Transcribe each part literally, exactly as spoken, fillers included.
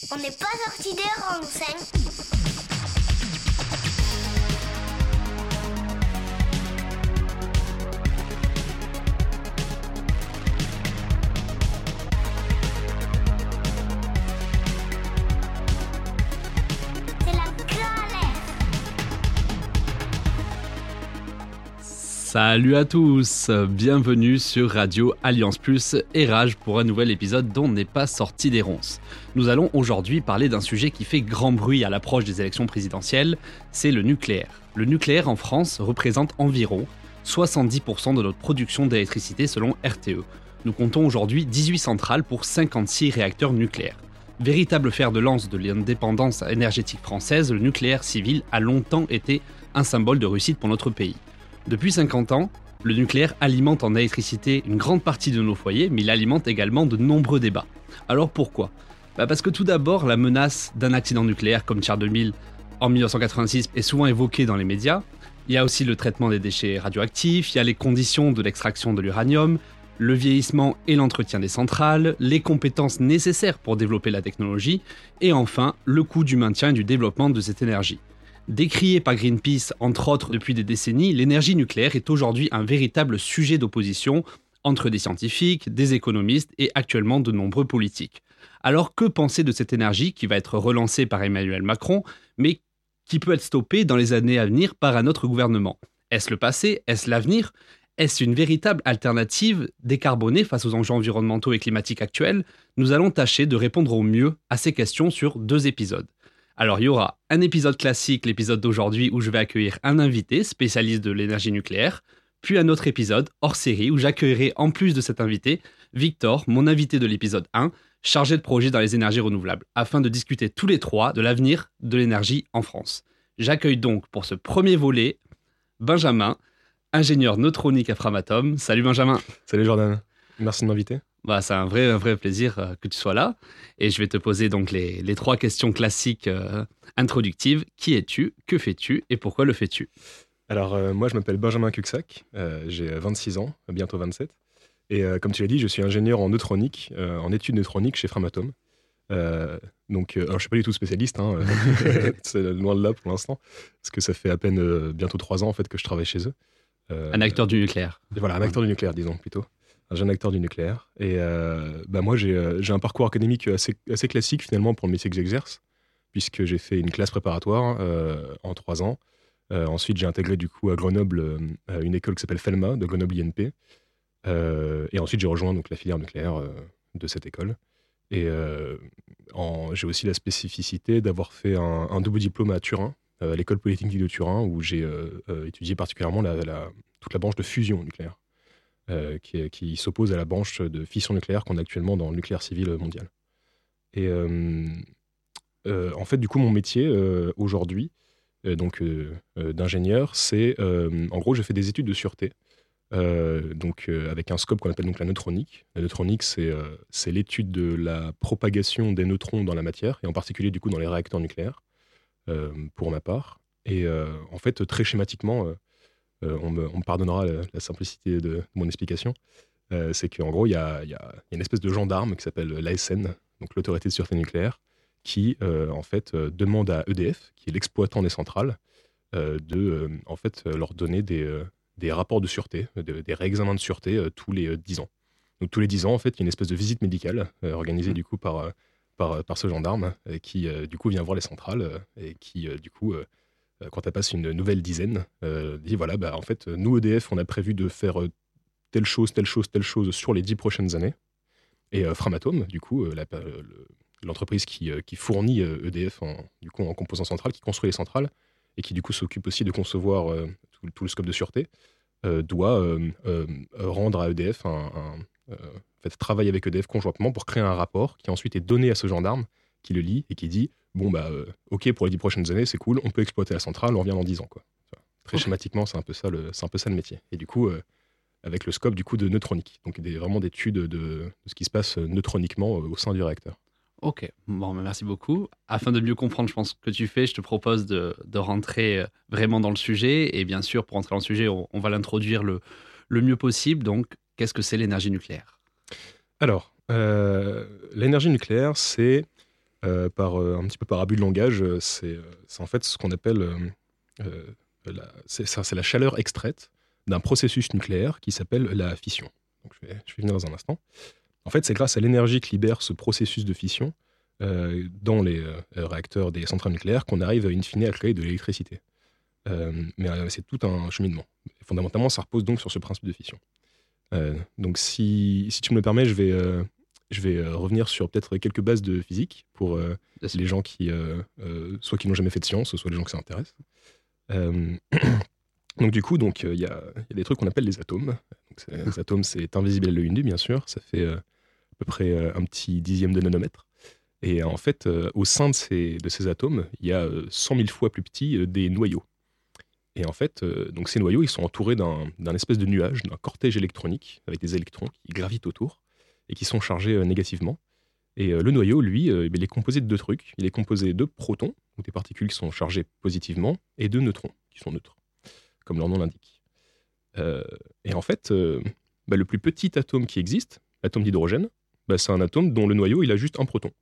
On n'est pas sorti des renseignes. Salut à tous, bienvenue sur Radio Alliance Plus et Rage pour un nouvel épisode dont n'est pas sorti des ronces. Nous allons aujourd'hui parler d'un sujet qui fait grand bruit à l'approche des élections présidentielles, c'est le nucléaire. Le nucléaire en France représente environ soixante-dix pour cent de notre production d'électricité selon R T E. Nous comptons aujourd'hui dix-huit centrales pour cinquante-six réacteurs nucléaires. Véritable fer de lance de l'indépendance énergétique française, le nucléaire civil a longtemps été un symbole de réussite pour notre pays. Depuis cinquante ans, le nucléaire alimente en électricité une grande partie de nos foyers, mais il alimente également de nombreux débats. Alors pourquoi ? Bah Parce que tout d'abord, la menace d'un accident nucléaire comme Tchernobyl en dix-neuf cent quatre-vingt-six est souvent évoquée dans les médias. Il y a aussi le traitement des déchets radioactifs, il y a les conditions de l'extraction de l'uranium, le vieillissement et l'entretien des centrales, les compétences nécessaires pour développer la technologie, et enfin, le coût du maintien et du développement de cette énergie. Décriée par Greenpeace, entre autres, depuis des décennies, l'énergie nucléaire est aujourd'hui un véritable sujet d'opposition entre des scientifiques, des économistes et actuellement de nombreux politiques. Alors que penser de cette énergie qui va être relancée par Emmanuel Macron, mais qui peut être stoppée dans les années à venir par un autre gouvernement ? Est-ce le passé ? Est-ce l'avenir ? Est-ce une véritable alternative décarbonée face aux enjeux environnementaux et climatiques actuels ? Nous allons tâcher de répondre au mieux à ces questions sur deux épisodes. Alors, il y aura un épisode classique, l'épisode d'aujourd'hui, où je vais accueillir un invité, spécialiste de l'énergie nucléaire, puis un autre épisode, hors série, où j'accueillerai, en plus de cet invité, Victor, mon invité de l'épisode un, chargé de projet dans les énergies renouvelables, afin de discuter tous les trois de l'avenir de l'énergie en France. J'accueille donc, pour ce premier volet, Benjamin, ingénieur neutronique à Framatome. Salut Benjamin. Salut Jordan, merci de m'inviter. Bah, c'est un vrai, un vrai plaisir euh, que tu sois là. Et je vais te poser donc les, les trois questions classiques euh, introductives. Qui es-tu ? Que fais-tu ? Et pourquoi le fais-tu ? Alors, euh, moi, je m'appelle Benjamin Cuxac. Euh, j'ai vingt-six ans, bientôt vingt-sept. Et euh, comme tu l'as dit, je suis ingénieur en neutronique, euh, en études neutroniques chez Framatome. Euh, donc, euh, alors, je ne suis pas du tout spécialiste, hein, c'est loin de là pour l'instant, parce que ça fait à peine euh, bientôt trois ans en fait, que je travaille chez eux. Euh, un acteur du nucléaire. Voilà, un acteur du nucléaire, disons plutôt. Un jeune acteur du nucléaire. Et euh, bah moi, j'ai, euh, j'ai un parcours académique assez, assez classique finalement pour le métier que j'exerce, puisque j'ai fait une classe préparatoire euh, en trois ans. Euh, ensuite, j'ai intégré du coup à Grenoble euh, une école qui s'appelle FELMA, de Grenoble I N P. Euh, et ensuite, j'ai rejoint donc, la filière nucléaire euh, de cette école. Et euh, en, j'ai aussi la spécificité d'avoir fait un, un double diplôme à Turin, euh, à l'école polytechnique de Turin, où j'ai euh, euh, étudié particulièrement la, la, toute la branche de fusion nucléaire. Euh, qui, qui s'oppose à la branche de fission nucléaire qu'on a actuellement dans le nucléaire civil mondial. Et euh, euh, en fait, du coup, mon métier euh, aujourd'hui, euh, donc euh, euh, d'ingénieur, c'est euh, en gros, j'ai fait des études de sûreté, euh, donc euh, avec un scope qu'on appelle donc la neutronique. La neutronique, c'est, euh, c'est l'étude de la propagation des neutrons dans la matière, et en particulier du coup dans les réacteurs nucléaires, euh, pour ma part. Et euh, en fait, très schématiquement, euh, Euh, on, me, on me pardonnera la, la simplicité de mon explication, euh, c'est qu'en gros, il y, y, y a une espèce de gendarme qui s'appelle l'A S N, donc l'Autorité de sûreté nucléaire, qui euh, en fait euh, demande à E D F, qui est l'exploitant des centrales, euh, de euh, en fait leur donner des, euh, des rapports de sûreté, de, des réexamens de sûreté euh, tous les euh, dix ans. Donc tous les dix ans, en fait, il y a une espèce de visite médicale euh, organisée du coup par, par, par ce gendarme euh, qui euh, du coup vient voir les centrales euh, et qui euh, du coup euh, quand elle passe une nouvelle dizaine, euh, dit voilà, bah, en fait, nous, E D F, on a prévu de faire euh, telle chose, telle chose, telle chose sur les dix prochaines années. Et euh, Framatome, du coup, euh, la, euh, le, l'entreprise qui, euh, qui fournit euh, E D F en, du coup, en composants centrales, qui construit les centrales, et qui, du coup, s'occupe aussi de concevoir euh, tout, tout le scope de sûreté, euh, doit euh, euh, rendre à E D F un, un euh, en fait, travailler avec E D F conjointement pour créer un rapport qui ensuite est donné à ce gendarme, qui le lit et qui dit bon, bah, euh, ok, pour les dix prochaines années, c'est cool, on peut exploiter la centrale, on revient dans dix ans, quoi. Enfin, très okay. Schématiquement, c'est un, peu ça le, c'est un peu ça le métier. Et du coup, euh, avec le scope du coup, de neutronique, donc des, vraiment d'études de, de ce qui se passe neutroniquement euh, au sein du réacteur. Ok, bon, merci beaucoup. Afin de mieux comprendre, je pense, ce que tu fais, je te propose de, de rentrer vraiment dans le sujet. Et bien sûr, pour rentrer dans le sujet, on, on va l'introduire le, le mieux possible. Donc, qu'est-ce que c'est l'énergie nucléaire ? Alors, euh, l'énergie nucléaire, c'est euh, par euh, un petit peu par abus de langage, euh, c'est, euh, c'est en fait ce qu'on appelle euh, euh, la, c'est, ça, c'est la chaleur extraite d'un processus nucléaire qui s'appelle la fission. Donc, je, vais, je vais venir dans un instant. En fait, c'est grâce à l'énergie que libère ce processus de fission euh, dans les euh, réacteurs des centrales nucléaires qu'on arrive in fine à créer de l'électricité. Euh, mais euh, c'est tout un cheminement. Et fondamentalement, ça repose donc sur ce principe de fission. Euh, donc, si, si tu me le permets, je vais, euh, je vais euh, revenir sur peut-être quelques bases de physique pour euh, les gens qui, euh, euh, soit qui n'ont jamais fait de sciences, soit les gens qui s'intéressent. Euh, donc, du coup, donc il y, y a des trucs qu'on appelle les atomes. Donc, c'est, les atomes, c'est invisible à l'œil nu, bien sûr. Ça fait euh, à peu près euh, un petit dixième de nanomètre. Et en fait, euh, au sein de ces, de ces atomes, il y a euh, cent mille fois plus petits euh, des noyaux. Et en fait, euh, donc ces noyaux, ils sont entourés d'un, d'un espèce de nuage, d'un cortège électronique avec des électrons qui gravitent autour et qui sont chargés euh, négativement. Et euh, le noyau, lui, euh, il est composé de deux trucs. Il est composé de protons, donc des particules qui sont chargées positivement, et de neutrons, qui sont neutres, comme leur nom l'indique. Euh, et en fait, euh, bah, le plus petit atome qui existe, l'atome d'hydrogène, bah, c'est un atome dont le noyau, il a juste un proton.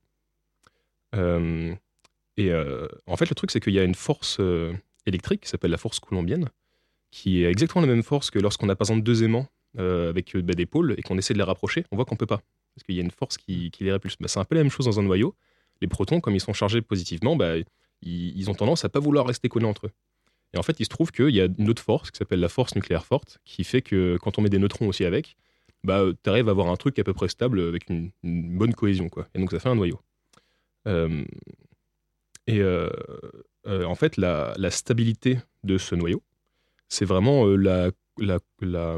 Euh, et euh, en fait, le truc, c'est qu'il y a une force euh, électrique qui s'appelle la force coulombienne, qui est exactement la même force que lorsqu'on a par exemple deux aimants euh, avec bah, des pôles et qu'on essaie de les rapprocher, on voit qu'on peut pas, parce qu'il y a une force qui, qui les répulse. Bah, c'est un peu la même chose dans un noyau. Les protons, comme ils sont chargés positivement, bah, ils, ils ont tendance à pas vouloir rester collés entre eux. Et en fait, il se trouve qu'il y a une autre force qui s'appelle la force nucléaire forte, qui fait que quand on met des neutrons aussi avec, bah, tu arrives à avoir un truc à peu près stable avec une, une bonne cohésion, quoi. Et donc ça fait un noyau. Euh, et euh, euh, en fait, la, la stabilité de ce noyau, c'est vraiment euh, la, la, la,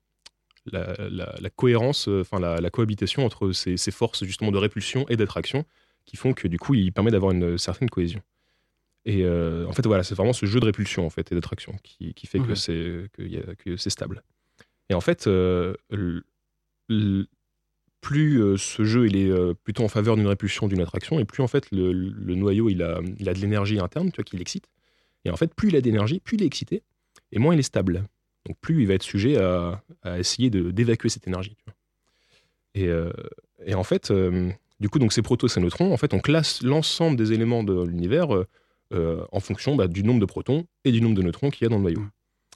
la, la, la cohérence, enfin euh, la, la cohabitation entre ces, ces forces justement de répulsion et d'attraction qui font que du coup, il permet d'avoir une certaine cohésion. Et euh, en fait, voilà, c'est vraiment ce jeu de répulsion en fait et d'attraction qui, qui fait okay. que, c'est, que, y a, que c'est stable. Et en fait, euh, le, le, plus euh, ce jeu il est euh, plutôt en faveur d'une répulsion, d'une attraction, et plus en fait le, le noyau il a, il a de l'énergie interne, tu vois, qui l'excite. Et en fait, plus il a d'énergie, plus il est excité, et moins il est stable. Donc plus il va être sujet à, à essayer de, d'évacuer cette énergie. Tu vois. Et, euh, et en fait, euh, du coup, donc ces protos, ces neutrons, en fait, on classe l'ensemble des éléments de l'univers euh, euh, en fonction bah, du nombre de protons et du nombre de neutrons qu'il y a dans le noyau.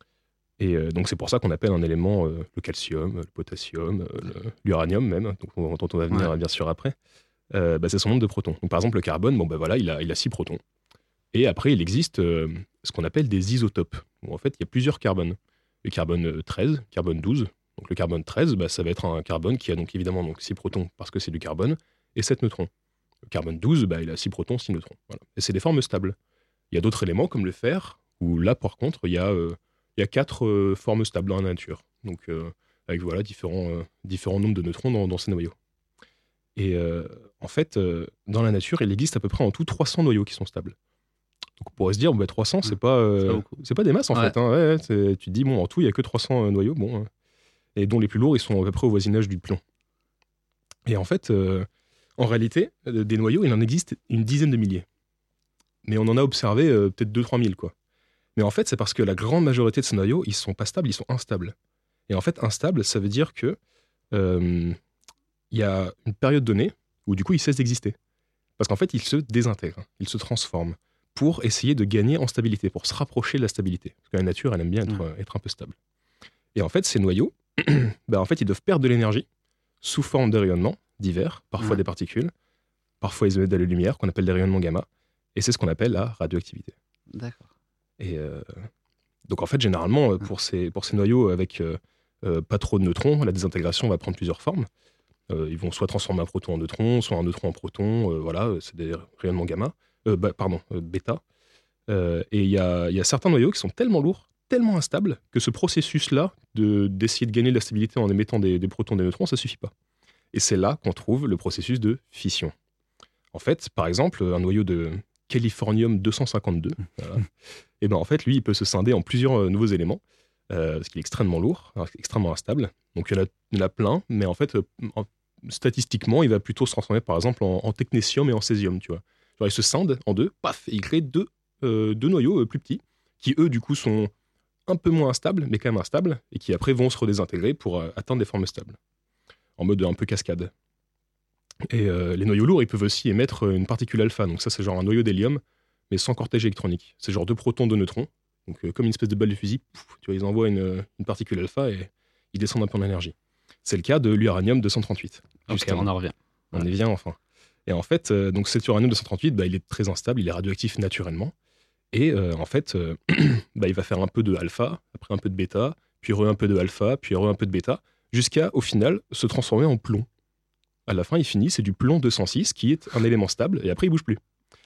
Et euh, donc c'est pour ça qu'on appelle un élément euh, le calcium, le potassium, euh, le, l'uranium même, donc, dont on va venir ouais. bien sûr après. Euh, bah, c'est son nombre de protons. Donc par exemple le carbone, bon bah voilà, il a il a six protons. Et après il existe euh, ce qu'on appelle des isotopes. Où en fait il y a plusieurs carbones. Le carbone treize, carbone douze. Donc le carbone treize, bah, ça va être un carbone qui a donc évidemment donc six protons parce que c'est du carbone et sept neutrons. Le carbone douze, bah, il a six protons, six neutrons. Voilà. Et c'est des formes stables. Il y a d'autres éléments comme le fer où là par contre il y a euh, Il y a quatre euh, formes stables dans la nature, donc euh, avec voilà, différents, euh, différents nombres de neutrons dans, dans ces noyaux. Et euh, en fait, euh, dans la nature, il existe à peu près en tout trois cents noyaux qui sont stables. Donc on pourrait se dire, bah, trois cents, c'est pas, euh, c'est pas des masses en ouais. fait. Hein. Ouais, ouais, tu te dis, bon, en tout, il n'y a que trois cents euh, noyaux, bon, euh, et dont les plus lourds, ils sont à peu près au voisinage du plomb. Et en fait, euh, en réalité, euh, des noyaux, il en existe une dizaine de milliers. Mais on en a observé euh, peut-être deux à trois mille, quoi. Mais en fait, c'est parce que la grande majorité de ces noyaux, ils ne sont pas stables, ils sont instables. Et en fait, instable, ça veut dire que euh, y a une période donnée où du coup, ils cessent d'exister. Parce qu'en fait, ils se désintègrent, ils se transforment pour essayer de gagner en stabilité, pour se rapprocher de la stabilité. Parce que la nature, elle aime bien être, mmh. être un peu stable. Et en fait, ces noyaux, bah, en fait, ils doivent perdre de l'énergie sous forme de rayonnements divers, parfois mmh. des particules, parfois ils émettent de la lumière, qu'on appelle des rayonnements gamma. Et c'est ce qu'on appelle la radioactivité. D'accord. Et euh, donc en fait, généralement, pour ces, pour ces noyaux avec euh, euh, pas trop de neutrons, la désintégration va prendre plusieurs formes. Euh, ils vont soit transformer un proton en neutron, soit un neutron en proton. Euh, voilà, c'est des rayonnements gamma, euh, bah, pardon, euh, bêta. Euh, et il y a, y a certains noyaux qui sont tellement lourds, tellement instables, que ce processus-là de, d'essayer de gagner de la stabilité en émettant des, des protons et des neutrons, ça suffit pas. Et c'est là qu'on trouve le processus de fission. En fait, par exemple, un noyau de californium deux cent cinquante-deux, voilà. Et ben en fait, lui, il peut se scinder en plusieurs euh, nouveaux éléments, euh, parce qu'il est extrêmement lourd, alors, extrêmement instable. Donc il y, en a, il y en a plein, mais en fait, euh, en, statistiquement, il va plutôt se transformer, par exemple, en, en technétium et en césium, tu vois. Genre, il se scinde en deux, paf, et il crée deux, euh, deux noyaux euh, plus petits, qui eux, du coup, sont un peu moins instables, mais quand même instables, et qui après vont se redésintégrer pour euh, atteindre des formes stables, en mode un peu cascade. Et euh, les noyaux lourds, ils peuvent aussi émettre une particule alpha. Donc ça, c'est genre un noyau d'hélium, mais sans cortège électronique. C'est genre deux protons, deux neutrons. Donc euh, comme une espèce de balle de fusil, pouf, tu vois, ils envoient une, une particule alpha et ils descendent un peu en énergie. C'est le cas de l'uranium deux cent trente-huit. Ok, on en revient. On y vient enfin. Et en fait, euh, donc cet uranium deux cent trente-huit, bah, il est très instable, il est radioactif naturellement. Et euh, en fait, euh, bah, il va faire un peu de alpha, après un peu de bêta, puis re un peu de alpha, puis re un peu de bêta, jusqu'à, au final, se transformer en plomb. À la fin, il finit, c'est du plomb deux cent six, qui est un élément stable, et après, il bouge plus.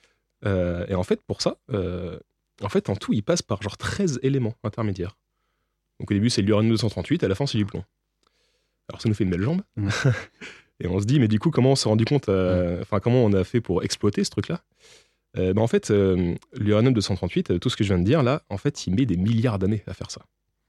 Euh, et en fait, pour ça, euh, en fait, en tout, il passe par genre treize éléments intermédiaires. Donc au début, c'est l'uranium deux cent trente-huit, à la fin, c'est du plomb. Alors ça nous fait une belle jambe. Mmh. Et on se dit, mais du coup, comment on s'est rendu compte, euh, enfin, comment on a fait pour exploiter ce truc-là euh, ben, En fait, euh, l'uranium deux cent trente-huit, euh, tout ce que je viens de dire là, en fait, il met des milliards d'années à faire ça.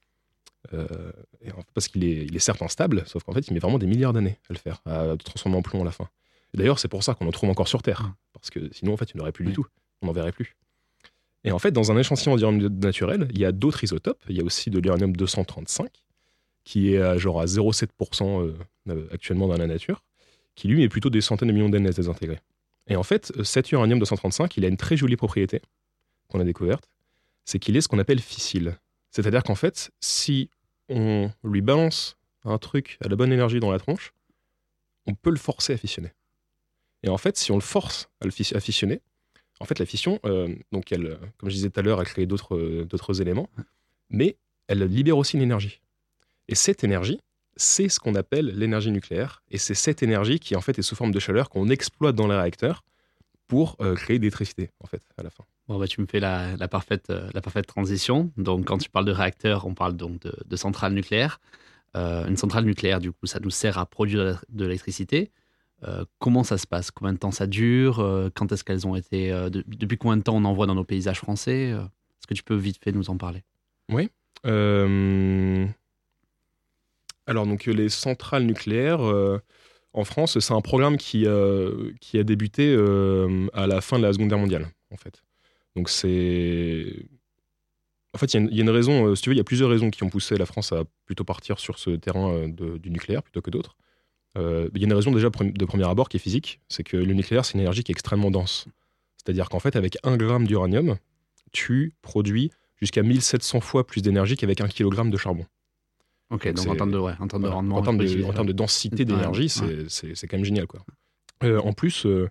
Euh, et en fait, parce qu'il est, il est certes instable, sauf qu'en fait, il met vraiment des milliards d'années à le faire, à transformer en plomb à la fin. Et d'ailleurs, c'est pour ça qu'on en trouve encore sur Terre, parce que sinon, en fait, il n'y en aurait plus oui. du tout, on n'en verrait plus. Et en fait, dans un échantillon d'uranium naturel, il y a d'autres isotopes, il y a aussi de l'uranium deux cent trente-cinq, qui est à, genre à zéro virgule sept pour cent euh, actuellement dans la nature, qui lui est plutôt des centaines de millions d'années à se désintégrer. Et en fait, cet uranium deux cent trente-cinq, il a une très jolie propriété qu'on a découverte, c'est qu'il est ce qu'on appelle fissile. C'est-à-dire qu'en fait, si on lui balance un truc à la bonne énergie dans la tronche, on peut le forcer à fissionner. Et en fait, si on le force à, le fiss- à fissionner, en fait, la fission, euh, donc elle, comme je disais tout à l'heure, elle crée d'autres, euh, d'autres éléments, mais elle libère aussi une énergie. Et cette énergie, c'est ce qu'on appelle l'énergie nucléaire. Et c'est cette énergie qui, en fait, est sous forme de chaleur qu'on exploite dans les réacteurs pour euh, créer de l'électricité, en fait, à la fin. Bon, bah, tu me fais la, la, parfaite, euh, la parfaite transition. Donc, quand tu parles de réacteur, on parle donc de, de centrale nucléaire. Euh, une centrale nucléaire, du coup, ça nous sert à produire de l'électricité. Euh, comment ça se passe? Combien de temps ça dure? euh, Quand est-ce qu'elles ont été euh, de, Depuis combien de temps on en voit dans nos paysages français? euh, Est-ce que tu peux vite fait nous en parler? Oui. Euh... Alors, donc, les centrales nucléaires, euh, en France, c'est un programme qui, euh, qui a débuté euh, à la fin de la Seconde Guerre mondiale, en fait. Donc, c'est... En fait, il y, y a une raison, euh, si tu veux, il y a plusieurs raisons qui ont poussé la France à plutôt partir sur ce terrain euh, de, du nucléaire plutôt que d'autres. Euh, il y a une raison déjà de premier abord qui est physique, c'est que le nucléaire, c'est une énergie qui est extrêmement dense. C'est-à-dire qu'en fait, avec un gramme d'uranium, tu produis jusqu'à mille sept cents fois plus d'énergie qu'avec un kilogramme de charbon. Ok, donc, donc en termes de, ouais, en termes voilà, de rendement. En termes de, en termes de densité d'énergie, ouais, c'est, ouais. c'est, c'est quand même génial, quoi. Euh, en plus, euh,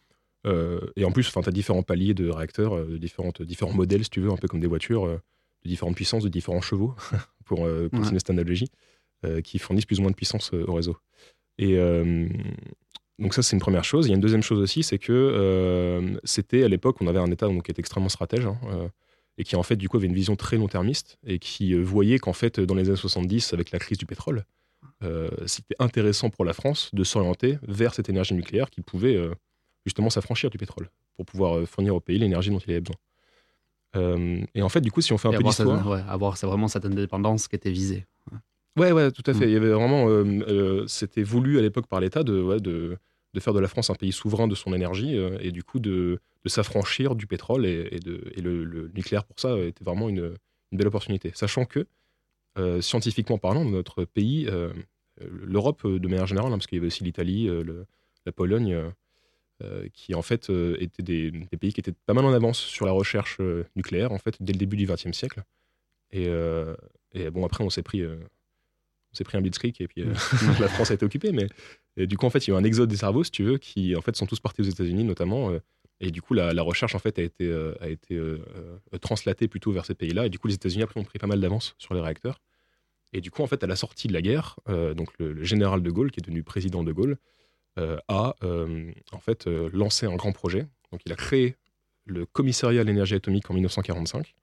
euh, et en plus, tu as différents paliers de réacteurs, euh, différentes, différents modèles, si tu veux, un peu comme des voitures, euh, de différentes puissances, de différents chevaux, pour euh, continuer ouais. cette analogie, euh, qui fournissent plus ou moins de puissance euh, au réseau. Et euh, donc ça, c'est une première chose. Il y a une deuxième chose aussi, c'est que euh, c'était à l'époque, on avait un État donc, qui était extrêmement stratège, hein, euh, et qui en fait du coup avait une vision très long-termiste, et qui euh, voyait qu'en fait dans les années soixante-dix, avec la crise du pétrole, euh, c'était intéressant pour la France de s'orienter vers cette énergie nucléaire qui pouvait euh, justement s'affranchir du pétrole, pour pouvoir euh, fournir au pays l'énergie dont il avait besoin. Euh, et en fait, du coup, si on fait un et peu d'histoire... Cette, ouais, avoir c'est vraiment cette indépendance qui était visée. Ouais. Ouais, ouais, tout à fait. Mmh. Il y avait vraiment, euh, euh, c'était voulu à l'époque par l'État de, ouais, de, de faire de la France un pays souverain de son énergie euh, et du coup de, de s'affranchir du pétrole et, et, de, et le, le nucléaire pour ça était vraiment une, une belle opportunité. Sachant que, euh, scientifiquement parlant, notre pays, euh, l'Europe de manière générale, hein, parce qu'il y avait aussi l'Italie, euh, le, la Pologne, euh, euh, qui en fait euh, étaient des, des pays qui étaient pas mal en avance sur la recherche euh, nucléaire en fait dès le début du vingtième siècle. Et, euh, et bon, après on s'est pris euh, on s'est pris un blitzkrieg et puis euh, la France a été occupée, mais et du coup en fait il y a eu un exode des cerveaux, si tu veux, qui en fait sont tous partis aux États-Unis notamment, euh, et du coup la, la recherche en fait a été euh, a été euh, euh, translatée plutôt vers ces pays-là, et du coup les États-Unis après ont pris pas mal d'avance sur les réacteurs, et du coup en fait à la sortie de la guerre, euh, donc le, le général de Gaulle qui est devenu président de Gaulle euh, a euh, en fait euh, lancé un grand projet. Donc il a créé le commissariat à l'énergie atomique en dix-neuf cent quarante-cinq.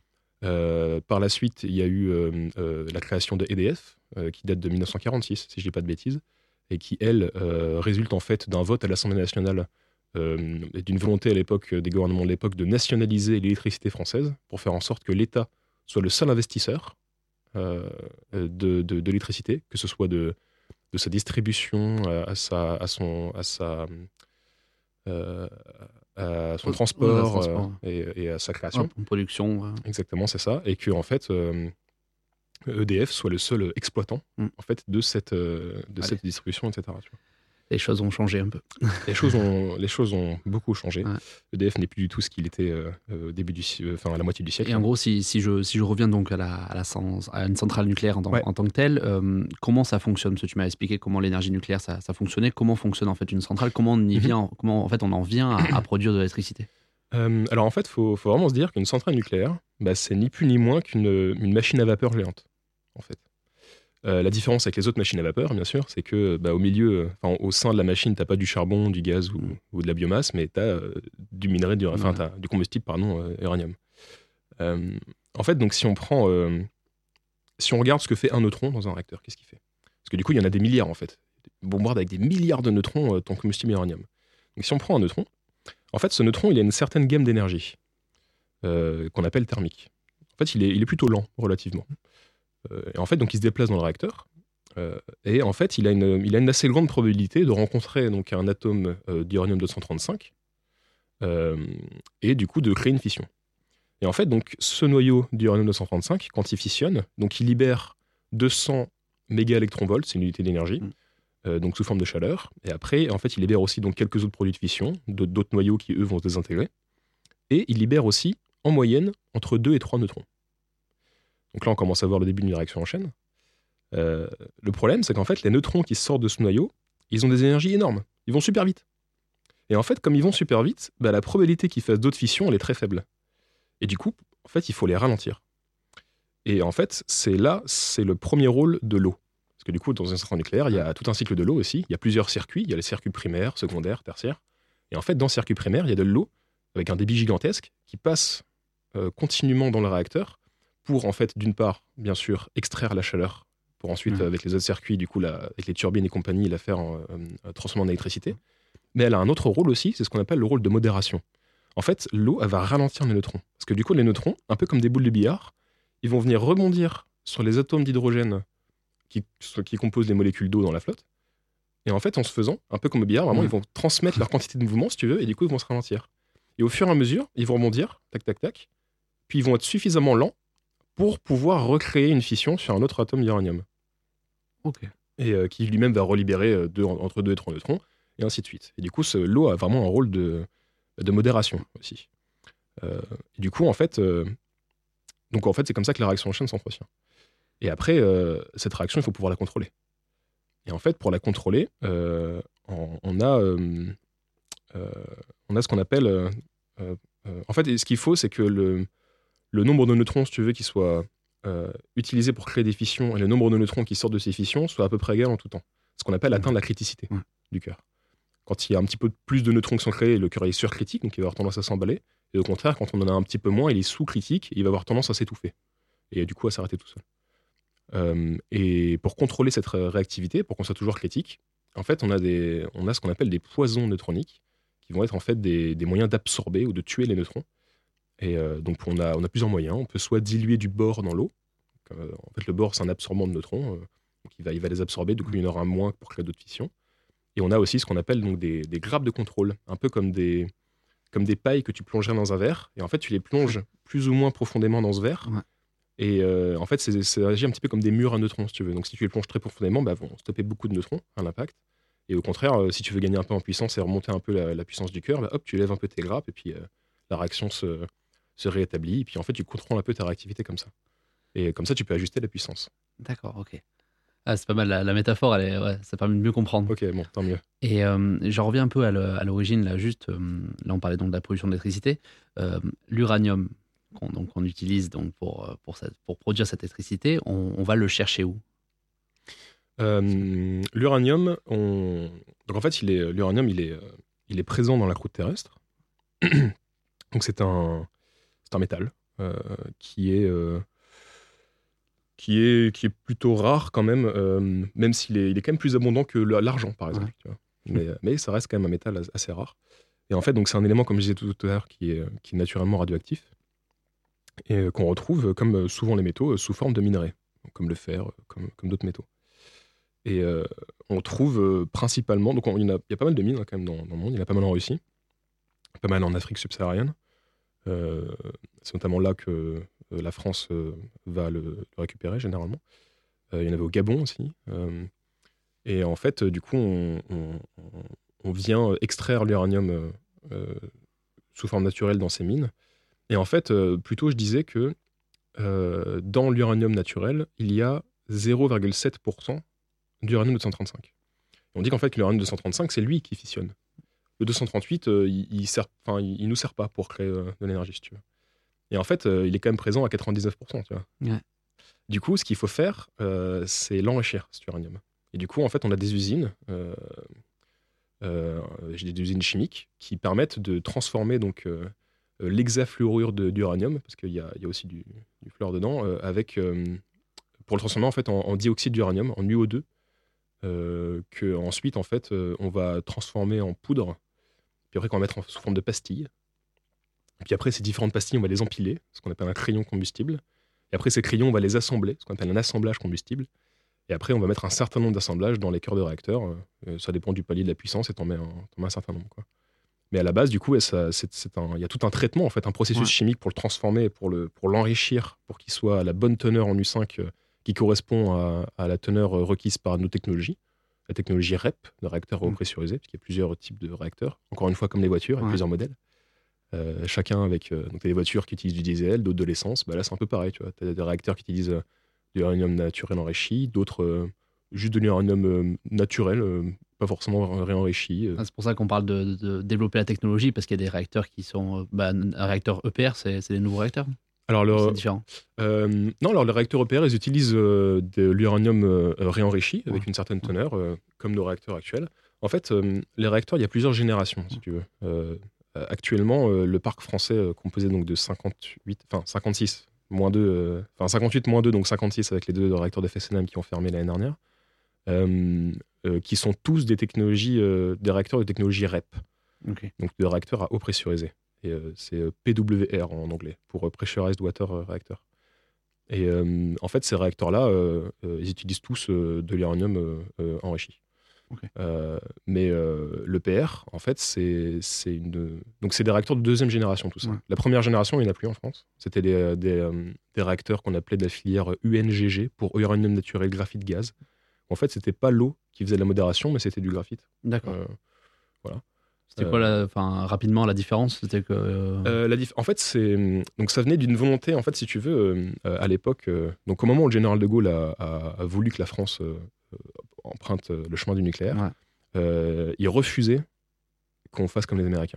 Euh, par la suite, il y a eu euh, euh, la création de E D F, euh, qui date de dix-neuf cent quarante-six, si je ne dis pas de bêtises, et qui, elle, euh, résulte en fait d'un vote à l'Assemblée nationale euh, et d'une volonté à l'époque des gouvernements de l'époque de nationaliser l'électricité française pour faire en sorte que l'État soit le seul investisseur euh, de, de, de l'électricité, que ce soit de, de sa distribution à, sa, à, son, à sa... Euh, à son transport, transport. Euh, et, et à sa création. En production. Ouais. Exactement, c'est ça. Et que en fait, euh, E D F soit le seul exploitant mm. en fait, de, cette, euh, de cette distribution, et cetera. Tu vois. Les choses ont changé un peu. Les choses ont, les choses ont beaucoup changé. Ouais. E D F n'est plus du tout ce qu'il était euh, au début du, si- euh, enfin à la moitié du siècle. Et en gros, si, si, je, si je reviens donc à, la, à, la, cen- à une centrale nucléaire en, tant- Ouais. en tant que telle, euh, comment ça fonctionne? Parce que tu m'as expliqué comment l'énergie nucléaire ça, ça fonctionnait. Comment fonctionne en fait une centrale? Comment on y Mhm. vient? Comment en fait on en vient à, à produire de l'électricité? Euh, alors en fait, il faut, faut vraiment se dire qu'une centrale nucléaire, bah, c'est ni plus ni moins qu'une une machine à vapeur géante, en fait. Euh, la différence avec les autres machines à vapeur, bien sûr, c'est que bah, au milieu, enfin, au sein de la machine, t'as pas du charbon, du gaz ou, ou de la biomasse, mais t'as euh, du minerai, du, enfin, Ouais. t'as du combustible, pardon, euh, uranium. Euh, en fait, donc si on prend, euh, si on regarde ce que fait un neutron dans un réacteur, qu'est-ce qu'il fait? Parce que du coup, il y en a des milliards en fait. On bombarde avec des milliards de neutrons euh, ton combustible uranium. Donc si on prend un neutron, en fait, ce neutron, il a une certaine gamme d'énergie euh, qu'on appelle thermique. En fait, il est, il est plutôt lent relativement. Euh, et en fait, donc, il se déplace dans le réacteur. Euh, et en fait, il a, une, il a une assez grande probabilité de rencontrer donc, un atome euh, d'uranium deux cent trente-cinq euh, et du coup de créer une fission. Et en fait, donc, ce noyau d'uranium deux cent trente-cinq, quand il fissionne, donc, il libère deux cents mégaélectronvolts, c'est une unité d'énergie, Mm. euh, donc sous forme de chaleur. Et après, en fait, il libère aussi donc, quelques autres produits de fission, de- d'autres noyaux qui, eux, vont se désintégrer. Et il libère aussi, en moyenne, entre deux et trois neutrons. Donc là, on commence à voir le début d'une réaction en chaîne. Euh, le problème, c'est qu'en fait, les neutrons qui sortent de ce noyau, ils ont des énergies énormes. Ils vont super vite. Et en fait, comme ils vont super vite, bah, la probabilité qu'ils fassent d'autres fissions, elle est très faible. Et du coup, en fait, il faut les ralentir. Et en fait, c'est là, c'est le premier rôle de l'eau. Parce que du coup, dans une centrale nucléaire, il y a tout un cycle de l'eau aussi. Il y a plusieurs circuits. Il y a les circuits primaires, secondaires, tertiaires. Et en fait, dans le circuit primaire, il y a de l'eau avec un débit gigantesque qui passe euh, continuellement dans le réacteur pour, en fait, d'une part, bien sûr, extraire la chaleur pour ensuite, Mmh. euh, avec les autres circuits, du coup, la, avec les turbines et compagnie, la faire en, euh, transformer en électricité. Mais elle a un autre rôle aussi, c'est ce qu'on appelle le rôle de modération. En fait, l'eau, elle va ralentir les neutrons. Parce que du coup, les neutrons, un peu comme des boules de billard, ils vont venir rebondir sur les atomes d'hydrogène qui, qui composent les molécules d'eau dans la flotte. Et en fait, en se faisant, un peu comme au billard, vraiment, Mmh. ils vont transmettre leur quantité de mouvement, si tu veux, et du coup, ils vont se ralentir. Et au fur et à mesure, ils vont rebondir, tac, tac, tac, puis ils vont être suffisamment lents pour pouvoir recréer une fission sur un autre atome d'uranium. Ok. Et euh, qui lui-même va relibérer euh, deux, entre deux et trois neutrons, et ainsi de suite. Et du coup, ce, l'eau a vraiment un rôle de, de modération aussi. Euh, et du coup, en fait, euh, donc en fait, c'est comme ça que la réaction en chaîne s'entretient. Et après, euh, cette réaction, il faut pouvoir la contrôler. Et en fait, pour la contrôler, euh, on, on a, euh, euh, on a ce qu'on appelle. Euh, euh, euh, en fait, ce qu'il faut, c'est que le, le nombre de neutrons, si tu veux, qui soit euh, utilisé pour créer des fissions et le nombre de neutrons qui sortent de ces fissions soit à peu près égal en tout temps. Ce qu'on appelle atteindre la criticité Ouais. du cœur. Quand il y a un petit peu plus de neutrons qui sont créés, le cœur est surcritique, donc il va avoir tendance à s'emballer. Et au contraire, quand on en a un petit peu moins, il est sous-critique et il va avoir tendance à s'étouffer. Et du coup, à s'arrêter tout seul. Euh, et pour contrôler cette ré- réactivité, pour qu'on soit toujours critique, en fait, on a, des, on a ce qu'on appelle des poisons neutroniques, qui vont être en fait des, des moyens d'absorber ou de tuer les neutrons. Et euh, donc, on a, on a plusieurs moyens. On peut soit diluer du bore dans l'eau. Euh, en fait, le bore, c'est un absorbant de neutrons. Euh, donc, il va, il va les absorber. Donc, il y en aura moins pour créer d'autres fissions. Et on a aussi ce qu'on appelle donc des, des grappes de contrôle, un peu comme des, comme des pailles que tu plongerais dans un verre. Et en fait, tu les plonges plus ou moins profondément dans ce verre. Ouais. Et euh, en fait, c'est, c'est agit un petit peu comme des murs à neutrons, si tu veux. Donc, si tu les plonges très profondément, bah, vont stopper beaucoup de neutrons à l'impact. Et au contraire, euh, si tu veux gagner un peu en puissance et remonter un peu la, la puissance du cœur, bah, hop, tu lèves un peu tes grappes et puis euh, la réaction se, se réétablit. Et puis en fait, tu contrôles un peu ta réactivité comme ça. Et comme ça, tu peux ajuster la puissance. D'accord, ok. Ah, c'est pas mal, la, la métaphore, elle est, ouais, ça permet de mieux comprendre. Ok, bon, tant mieux. Et euh, j'en reviens un peu à, le- à l'origine, là, juste, euh, là, on parlait donc de la production d'électricité. Euh, l'uranium qu'on donc, on utilise donc, pour, euh, pour, cette- pour produire cette électricité, on, on va le chercher où? Euh, l'uranium, on... donc en fait, il est, l'uranium, il est, euh, il est présent dans la croûte terrestre. Donc c'est un, c'est un métal euh, qui est, euh, qui est, qui est plutôt rare quand même, euh, même s'il est, il est quand même plus abondant que le- l'argent, par exemple. Ouais. Tu vois. Mais, euh, mais ça reste quand même un métal as- assez rare. Et en fait, donc c'est un élément, comme je disais tout à l'heure, qui est, qui est naturellement radioactif et euh, qu'on retrouve, comme euh, souvent les métaux, euh, sous forme de minerais, comme le fer, euh, comme, comme d'autres métaux. Et euh, on trouve euh, principalement, donc on- il y, en a, il y a pas mal de mines hein, quand même dans, dans le monde, il y en a pas mal en Russie, pas mal en Afrique subsaharienne. Euh, c'est notamment là que euh, la France euh, va le, le récupérer généralement. Euh, il y en avait au Gabon aussi. Euh, Et en fait, euh, du coup, on, on, on vient extraire l'uranium euh, euh, sous forme naturelle dans ces mines. Et en fait, euh, plutôt, je disais que euh, dans l'uranium naturel, il y a zéro virgule sept pour cent d'uranium deux cent trente-cinq. Et on dit qu'en fait, que l'uranium deux cent trente-cinq, c'est lui qui fissionne. Le deux cent trente-huit, euh, il, il, sert, il, il nous sert pas pour créer euh, de l'énergie, si tu veux. Et en fait, euh, il est quand même présent à quatre-vingt-dix-neuf pour cent, tu vois. Ouais. Du coup, ce qu'il faut faire, euh, c'est l'enrichir, cet uranium. Et du coup, en fait, on a des usines, euh, euh, j'ai des usines chimiques qui permettent de transformer donc euh, l'hexafluorure de- d'uranium, parce qu'il y a, il y a aussi du, du fluor dedans, euh, avec, euh, pour le transformer en fait en, en dioxyde d'uranium, en U O deux, euh, que ensuite en fait euh, on va transformer en poudre, puis après qu'on va mettre en, sous forme de pastilles. Puis après ces différentes pastilles, on va les empiler, ce qu'on appelle un crayon combustible. Et après ces crayons, on va les assembler, ce qu'on appelle un assemblage combustible. Et après, on va mettre un certain nombre d'assemblages dans les cœurs de réacteurs. Euh, ça dépend du palier de la puissance et t'en mets un, t'en mets un certain nombre, quoi. Mais à la base, du coup, ça, c'est, c'est un, il y a tout un traitement, en fait, un processus Ouais. chimique pour le transformer, pour, le, pour l'enrichir, pour qu'il soit à la bonne teneur en U cinq euh, qui correspond à, à la teneur euh, requise par nos technologies. La technologie R E P, de réacteur Mm. repressurisé, parce qu'il y a plusieurs types de réacteurs. Encore une fois, comme les voitures, il y a Ouais. plusieurs modèles. Euh, chacun avec euh, donc t'as des voitures qui utilisent du diesel, d'autres de l'essence. Bah là, c'est un peu pareil. Tu vois, t'as des réacteurs qui utilisent euh, de l'uranium naturel enrichi, d'autres euh, juste de l'uranium euh, naturel, euh, pas forcément réenrichi. euh. Ah, c'est pour ça qu'on parle de, de développer la technologie, parce qu'il y a des réacteurs qui sont. euh, Bah, un réacteur E P R, c'est, c'est des nouveaux réacteurs. Alors, le, C'est différent. euh, non, alors les réacteurs E P R, ils utilisent euh, de l'uranium euh, réenrichi avec Ouais. une certaine teneur, euh, comme nos réacteurs actuels. En fait, euh, les réacteurs, il y a plusieurs générations, si tu veux. Euh, euh, actuellement, euh, le parc français euh, composé donc de cinquante-huit, enfin cinquante-six moins deux, euh, enfin cinquante-huit moins deux, donc cinquante-six avec les deux réacteurs de Fessenheim qui ont fermé l'année dernière, euh, euh, qui sont tous des technologies, euh, des réacteurs de technologie R E P, Ok. donc de réacteurs à eau pressurisée. Et euh, c'est euh, P W R en anglais, pour euh, Pressurized Water euh, Reactor. Et euh, en fait, ces réacteurs-là, euh, euh, ils utilisent tous euh, de l'uranium euh, euh, enrichi. Ok. Euh, mais euh, le P R, en fait, c'est, c'est une. Donc, c'est des réacteurs de deuxième génération, tout ça. Ouais. La première génération, il n'y en a plus en France. C'était des, des, euh, des réacteurs qu'on appelait de la filière U N G G, pour uranium naturel graphite gaz. En fait, c'était pas l'eau qui faisait de la modération, mais c'était du graphite. D'accord. Euh, voilà. C'était quoi, la, enfin, rapidement, la différence? C'était que. euh, Euh, la diff- en fait, c'est donc ça venait d'une volonté, en fait, si tu veux, euh, euh, à l'époque. euh, donc, au moment où le général de Gaulle a, a- a voulu que la France euh, euh, emprunte euh, le chemin du nucléaire, Ouais. euh, il refusait qu'on fasse comme les Américains.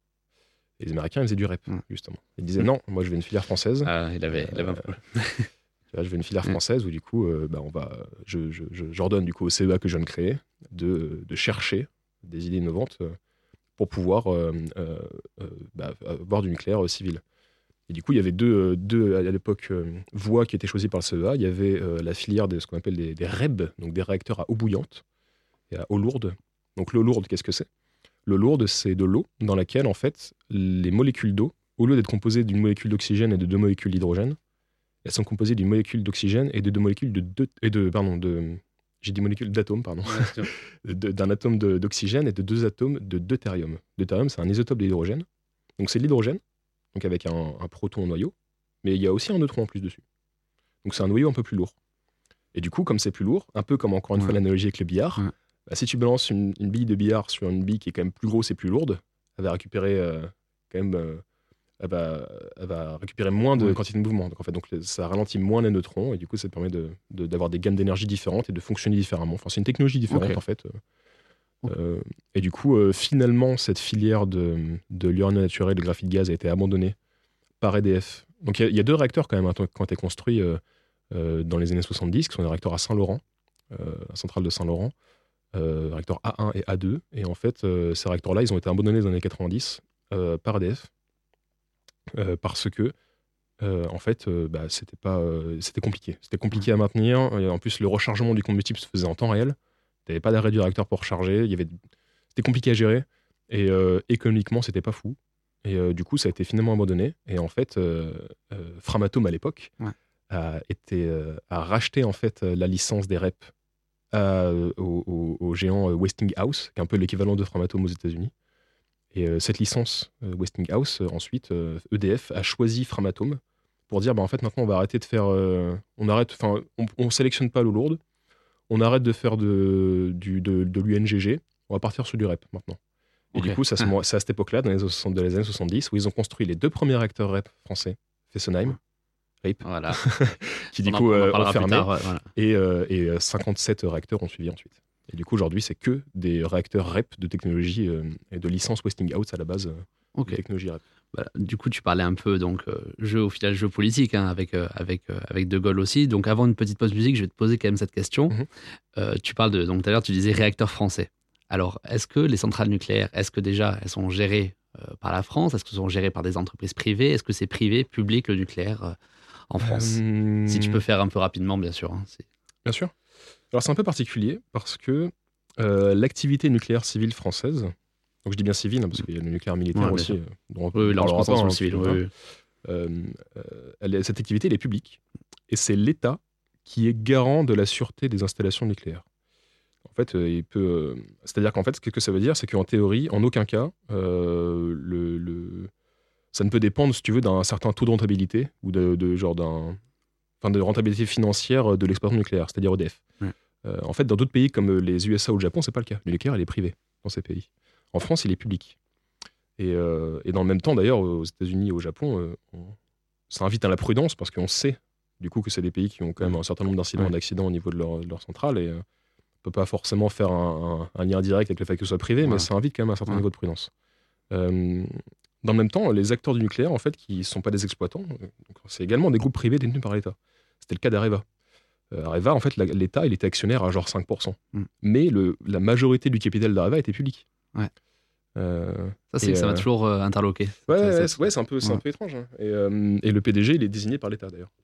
Et les Américains, ils faisaient du R E P, Ouais. justement. Ils disaient Mm. non, moi, je veux une filière française. Ah, il avait, il avait un Euh, problème. Tu vois, je veux une filière Mm. française où, du coup, euh, bah, on va, je, je, je- j'ordonne du coup au C E A que je viens de créer de, de chercher des idées innovantes euh, pour pouvoir euh, euh, euh, bah, avoir du nucléaire euh, civil. Et du coup, il y avait deux, euh, deux à l'époque, euh, voies qui étaient choisies par le C E A. Il y avait euh, la filière de ce qu'on appelle des, des R E B, donc des réacteurs à eau bouillante et à eau lourde. Donc l'eau lourde, qu'est-ce que c'est? L'eau lourde, c'est de l'eau dans laquelle, en fait, les molécules d'eau, au lieu d'être composées d'une molécule d'oxygène et de deux molécules d'hydrogène, elles sont composées d'une molécule d'oxygène et de deux molécules de deux, et de pardon de j'ai dit molécules d'atomes, pardon, de- d'un atome de- d'oxygène et de deux atomes de deutérium. Deutérium, c'est un isotope de l'hydrogène. Donc c'est de l'hydrogène, donc avec un, un proton au noyau, mais il y a aussi un neutron en plus dessus. Donc c'est un noyau un peu plus lourd. Et du coup, comme c'est plus lourd, un peu comme encore une Ouais. fois l'analogie avec le billard, Ouais. bah, si tu balances une, une bille de billard sur une bille qui est quand même plus grosse et plus lourde, elle va récupérer euh, quand même, euh, elle, va, elle va récupérer moins de Ouais. quantité de mouvement. Donc en fait, donc, ça ralentit moins les neutrons et du coup, ça permet de, de- d'avoir des gammes d'énergie différentes et de fonctionner différemment. Enfin, c'est une technologie différente Ok. en fait. Ok. Euh, et du coup, euh, finalement, cette filière de, de l'uranium naturel et de graphite gaz a été abandonnée par E D F. Donc il y, a- il y a deux réacteurs quand même hein, qui ont été construits euh, euh, dans les années soixante-dix, qui sont des réacteurs à Saint-Laurent, euh, la centrale de Saint-Laurent, euh, réacteurs A un et A deux. Et en fait, euh, ces réacteurs-là, ils ont été abandonnés dans les années quatre-vingt-dix euh, par E D F euh, parce que euh, en fait, euh, bah, c'était pas, euh, c'était compliqué. C'était compliqué à maintenir. Et en plus, le rechargement du combustible se faisait en temps réel. Tu n'avais pas d'arrêt du réacteur pour recharger. Il y avait, c'était compliqué à gérer. Et euh, économiquement, c'était pas fou. Et euh, du coup, ça a été finalement abandonné. Et en fait, euh, euh, Framatome à l'époque Ouais. a été euh, a racheté en fait la licence des R E P à, au, au- au géant euh, Westinghouse, qui est un peu l'équivalent de Framatome aux États-Unis. Et euh, cette licence euh, Westinghouse, euh, ensuite, euh, E D F a choisi Framatome pour dire, bah, en fait, maintenant, on va arrêter de faire, euh, on arrête, enfin, on, on sélectionne pas l'eau lourde, on arrête de faire de, du, de, de l'U N G G, on va partir sur du R E P maintenant. Et okay. du coup, ça, c'est, c'est à cette époque-là, dans les, soixante, dans les années soixante-dix, où ils ont construit les deux premiers réacteurs R E P français, Fessenheim, R I P, voilà. qui du on coup euh, ont fermé, tard, ouais, voilà. et, euh, et cinquante-sept réacteurs ont suivi ensuite. Et du coup, aujourd'hui, c'est que des réacteurs R E P de technologie euh, et de licence Westinghouse à la base, euh, okay. de technologie R E P. Voilà. Du coup, tu parlais un peu donc euh, jeu au final jeu politique hein, avec euh, avec euh, avec De Gaulle aussi. Donc, avant une petite pause musique, je vais te poser quand même cette question. Mm-hmm. Euh, tu parles de donc tout à l'heure, tu disais réacteurs français. Alors, est-ce que les centrales nucléaires, est-ce que déjà elles sont gérées euh, par la France? Est-ce qu'elles sont gérées par des entreprises privées? Est-ce que c'est privé, public le nucléaire euh, en France? euh... Si tu peux faire un peu rapidement, bien sûr. Hein, c'est... Bien sûr. Alors, c'est un peu particulier parce que euh, l'activité nucléaire civile française. Donc je dis bien civil, hein, parce qu'il y a le nucléaire militaire ouais, aussi. Euh, dont oui, oui, large croissance sur le civil. Oui, oui. Euh, euh, elle, cette activité, elle est publique. Et c'est l'État qui est garant de la sûreté des installations nucléaires. En fait, euh, il peut, euh, c'est-à-dire qu'en fait, ce que ça veut dire, c'est qu'en théorie, en aucun cas, euh, le, le, ça ne peut dépendre, si tu veux, d'un certain taux de rentabilité ou de, de genre d'un, enfin, de rentabilité financière de l'exploitation nucléaire, c'est-à-dire E D F. Ouais. Euh, en fait, dans d'autres pays comme les U S A ou le Japon, c'est pas le cas. Le nucléaire, il est privé dans ces pays. En France, il est public. Et, euh, et dans le même temps, d'ailleurs, aux États-Unis et au Japon, euh, on, ça invite à la prudence parce qu'on sait, du coup, que c'est des pays qui ont quand même un certain nombre d'incidents ouais. et d'accidents au niveau de leur, de leur centrale. Et euh, on ne peut pas forcément faire un, un, un lien direct avec le fait que ce soit privé, ouais. mais ça invite quand même un certain ouais. niveau de prudence. Euh, dans le même temps, les acteurs du nucléaire, en fait, qui ne sont pas des exploitants, c'est également des groupes privés détenus par l'État. C'était le cas d'Areva. Euh, Areva, en fait, la, l'État, il était actionnaire à genre cinq pour cent. Mm. Mais le, la majorité du capital d'Areva était public. Ouais. Euh, ça, c'est que ça m'a euh... toujours euh, interloqué. Ouais, ouais, ouais, c'est, ouais, c'est, un peu, c'est ouais. un peu étrange. Hein. Et, euh, et le P D G, il est désigné par l'État, d'ailleurs.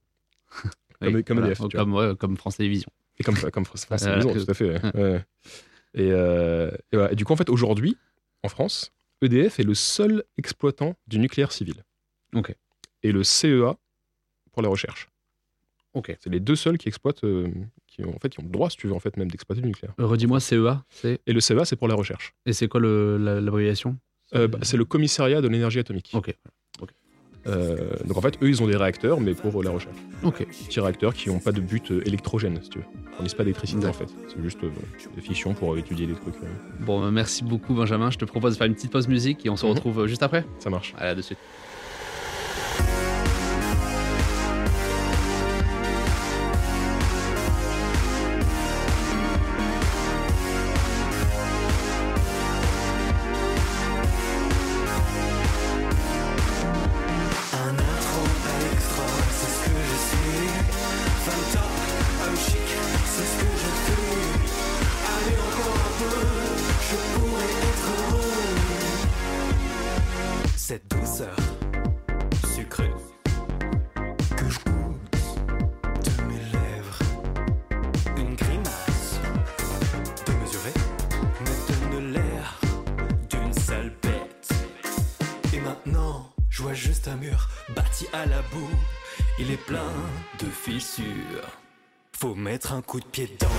comme oui, comme, voilà. E D F, comme, ouais, comme France Télévisions. Et comme, comme France, France Télévisions, tout à fait. Ouais. ouais. Et, euh, et, ouais. et du coup, en fait, aujourd'hui, en France, E D F est le seul exploitant du nucléaire civil. Okay. Et le C E A pour la recherche. Okay. C'est les deux seuls qui exploitent, euh, qui, ont, en fait, qui ont le droit, si tu veux, en fait, même d'exploiter du nucléaire. Euh, redis-moi, C E A c'est... Et le C E A, c'est pour la recherche. Et c'est quoi le, la, l'abréviation c'est... Euh, bah, c'est le commissariat de l'énergie atomique. Ok. okay. Euh, donc en fait, eux, ils ont des réacteurs, mais pour la recherche. Ok. Petits réacteurs qui n'ont pas de but électrogène, si tu veux. Ils fournissent pas d'électricité, en fait. C'est juste euh, des fissions pour étudier des trucs. Euh. Bon, euh, merci beaucoup, Benjamin. Je te propose de faire une petite pause musique et on se mm-hmm. retrouve juste après. Ça marche. Allez, à de suite. Cette douceur sucrée que je goûte de mes lèvres, une grimace démesurée me donne l'air d'une sale bête. Et maintenant, je vois juste un mur bâti à la boue, il est plein de fissures, faut mettre un coup de pied dedans.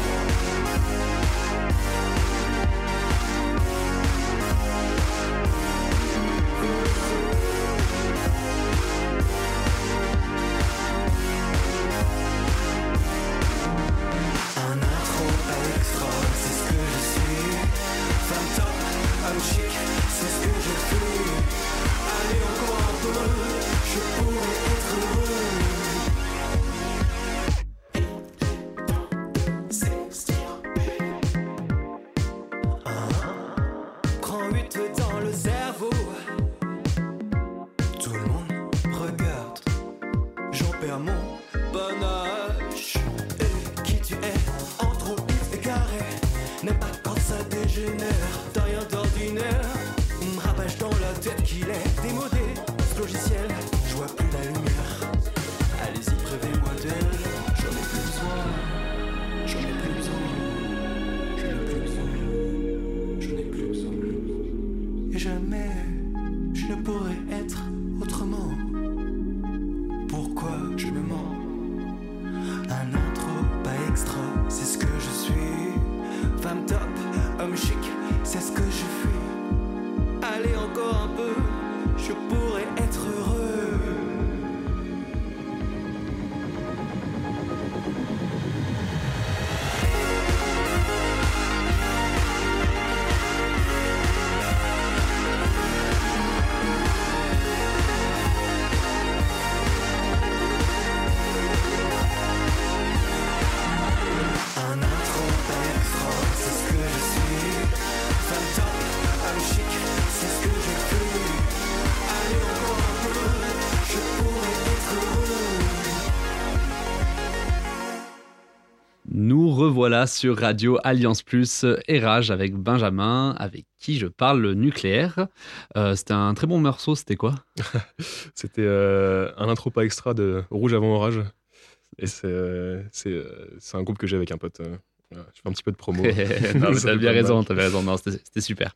revoilà sur Radio Alliance Plus et Rage avec Benjamin, avec qui je parle nucléaire. Euh, c'était un très bon morceau, c'était quoi? C'était euh, un intro pas extra de Rouge avant Orage. Et c'est, euh, c'est, euh, c'est un groupe que j'ai avec un pote. Euh, voilà, je fais un petit peu de promo. Non, mais t'as bien raison, t'as bien raison. Non, c'était, c'était super.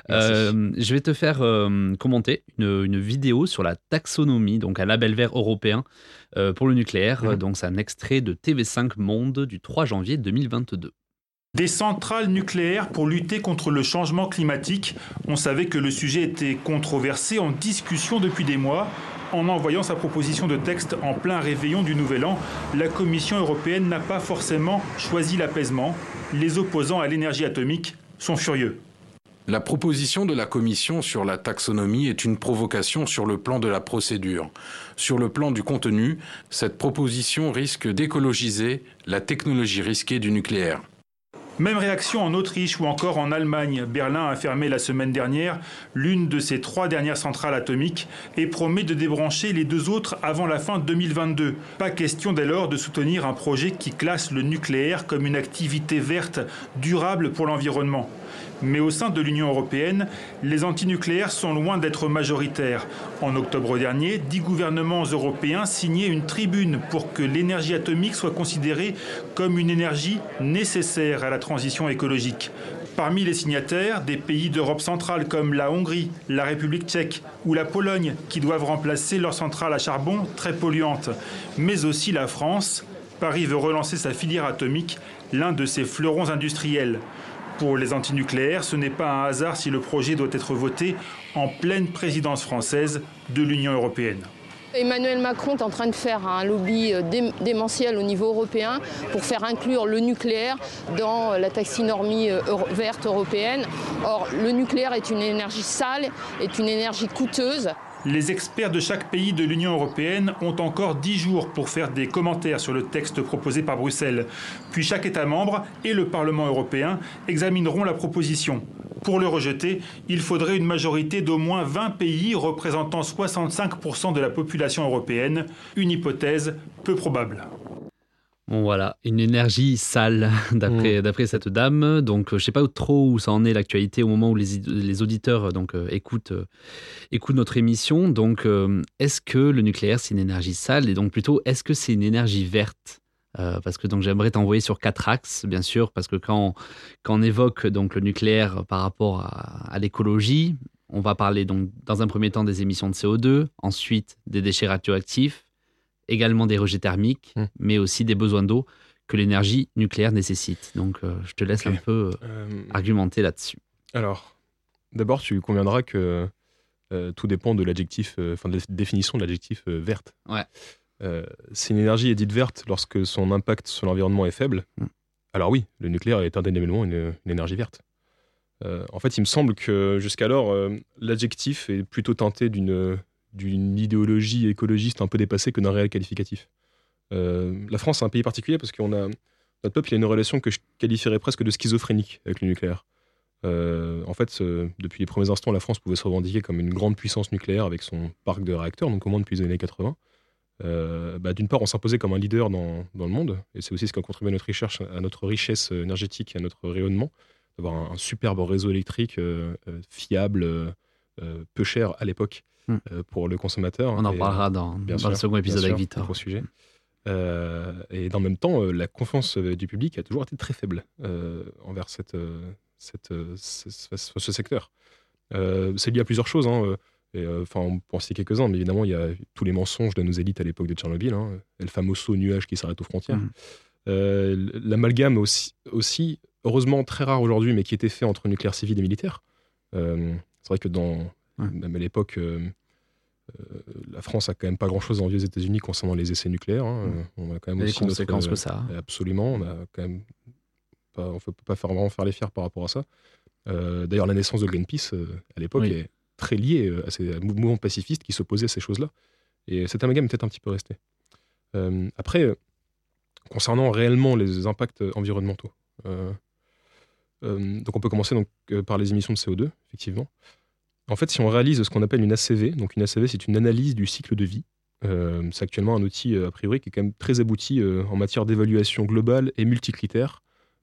Euh, je vais te faire euh, commenter une, une vidéo sur la taxonomie, donc un label vert européen euh, pour le nucléaire. Mmh. Donc c'est un extrait de T V cinq Monde du trois janvier deux mille vingt-deux. Des centrales nucléaires pour lutter contre le changement climatique. On savait que le sujet était controversé, en discussion depuis des mois. En envoyant sa proposition de texte en plein réveillon du Nouvel An, la Commission européenne n'a pas forcément choisi l'apaisement. Les opposants à l'énergie atomique sont furieux. La proposition de la Commission sur la taxonomie est une provocation sur le plan de la procédure. Sur le plan du contenu, cette proposition risque d'écologiser la technologie risquée du nucléaire. Même réaction en Autriche ou encore en Allemagne. Berlin a fermé la semaine dernière l'une de ses trois dernières centrales atomiques et promet de débrancher les deux autres avant la fin deux mille vingt-deux. Pas question dès lors de soutenir un projet qui classe le nucléaire comme une activité verte durable pour l'environnement. Mais au sein de l'Union européenne, les antinucléaires sont loin d'être majoritaires. En octobre dernier, dix gouvernements européens signaient une tribune pour que l'énergie atomique soit considérée comme une énergie nécessaire à la transition écologique. Parmi les signataires, des pays d'Europe centrale comme la Hongrie, la République tchèque ou la Pologne qui doivent remplacer leurs centrales à charbon très polluantes. Mais aussi la France. Paris veut relancer sa filière atomique, l'un de ses fleurons industriels. Pour les antinucléaires, ce n'est pas un hasard si le projet doit être voté en pleine présidence française de l'Union européenne. Emmanuel Macron est en train de faire un lobby démentiel au niveau européen pour faire inclure le nucléaire dans la taxinomie verte européenne. Or, le nucléaire est une énergie sale, est une énergie coûteuse. Les experts de chaque pays de l'Union européenne ont encore dix jours pour faire des commentaires sur le texte proposé par Bruxelles. Puis chaque État membre et le Parlement européen examineront la proposition. Pour le rejeter, il faudrait une majorité d'au moins vingt pays représentant soixante-cinq pour cent de la population européenne. Une hypothèse peu probable. Bon voilà, une énergie sale d'après, mmh. d'après cette dame. Donc je ne sais pas trop où ça en est l'actualité au moment où les, les auditeurs donc, euh, écoutent, euh, écoutent notre émission. Donc euh, est-ce que le nucléaire c'est une énergie sale et donc plutôt est-ce que c'est une énergie verte? Euh, parce que donc j'aimerais t'envoyer sur quatre axes, bien sûr, parce que quand on, quand on évoque donc, le nucléaire par rapport à, à l'écologie, on va parler donc, dans un premier temps des émissions de C O deux, ensuite des déchets radioactifs, également des rejets thermiques, mmh. mais aussi des besoins d'eau que l'énergie nucléaire nécessite. Donc, euh, je te laisse okay. un peu euh, argumenter là-dessus. Alors, d'abord, tu conviendras que euh, tout dépend de l'adjectif, enfin euh, de la définition de l'adjectif euh, verte. Ouais. Euh, si une énergie est dite verte lorsque son impact sur l'environnement est faible, mmh. alors oui, le nucléaire est indéniablement une, une énergie verte. Euh, en fait, il me semble que jusqu'alors, euh, l'adjectif est plutôt teinté d'une d'une idéologie écologiste un peu dépassée que d'un réel qualificatif. Euh, la France, c'est un pays particulier parce qu'on a notre peuple, il a une relation que je qualifierais presque de schizophrénique avec le nucléaire. Euh, en fait, euh, depuis les premiers instants, la France pouvait se revendiquer comme une grande puissance nucléaire avec son parc de réacteurs, donc au moins depuis les années quatre-vingts. Euh, bah, d'une part, on s'imposait comme un leader dans, dans le monde, et c'est aussi ce qui a contribué à notre, recherche, à notre richesse énergétique et à notre rayonnement, d'avoir un, un superbe réseau électrique euh, euh, fiable, euh, peu cher à l'époque, Mmh. Euh, pour le consommateur. On en et, parlera dans, dans sûr, le second épisode avec Victor. Gros sujet. Euh, et dans le même temps, euh, la confiance euh, du public a toujours été très faible euh, envers cette, euh, cette, euh, ce, ce, ce secteur. Euh, c'est lié à plusieurs choses. Hein, et, euh, on peut en citer quelques-uns, mais évidemment, il y a tous les mensonges de nos élites à l'époque de Tchernobyl, hein, et le fameux saut nuage qui s'arrête aux frontières. Mmh. Euh, l'amalgame aussi, aussi, heureusement très rare aujourd'hui, mais qui était fait entre nucléaire civil et militaire. Euh, c'est vrai que dans Ouais. Même à l'époque, euh, euh, la France a quand même pas grand-chose à envier aux États-Unis concernant les essais nucléaires. Hein. Ouais. On a quand même les aussi conséquences notre, que ça. Euh, absolument, on a quand même pas, on peut pas faire, vraiment faire les fiers par rapport à ça. Euh, d'ailleurs, la naissance de Greenpeace euh, à l'époque oui. est très liée à ces mouvements pacifistes qui s'opposaient à ces choses-là. Et cet amalgame est peut-être un petit peu resté. Euh, après, euh, concernant réellement les impacts environnementaux, euh, euh, donc on peut commencer donc, euh, par les émissions de C O deux, effectivement. En fait, si on réalise ce qu'on appelle une A C V, donc une A C V, c'est une analyse du cycle de vie. Euh, c'est actuellement un outil, euh, a priori, qui est quand même très abouti euh, en matière d'évaluation globale et multicritère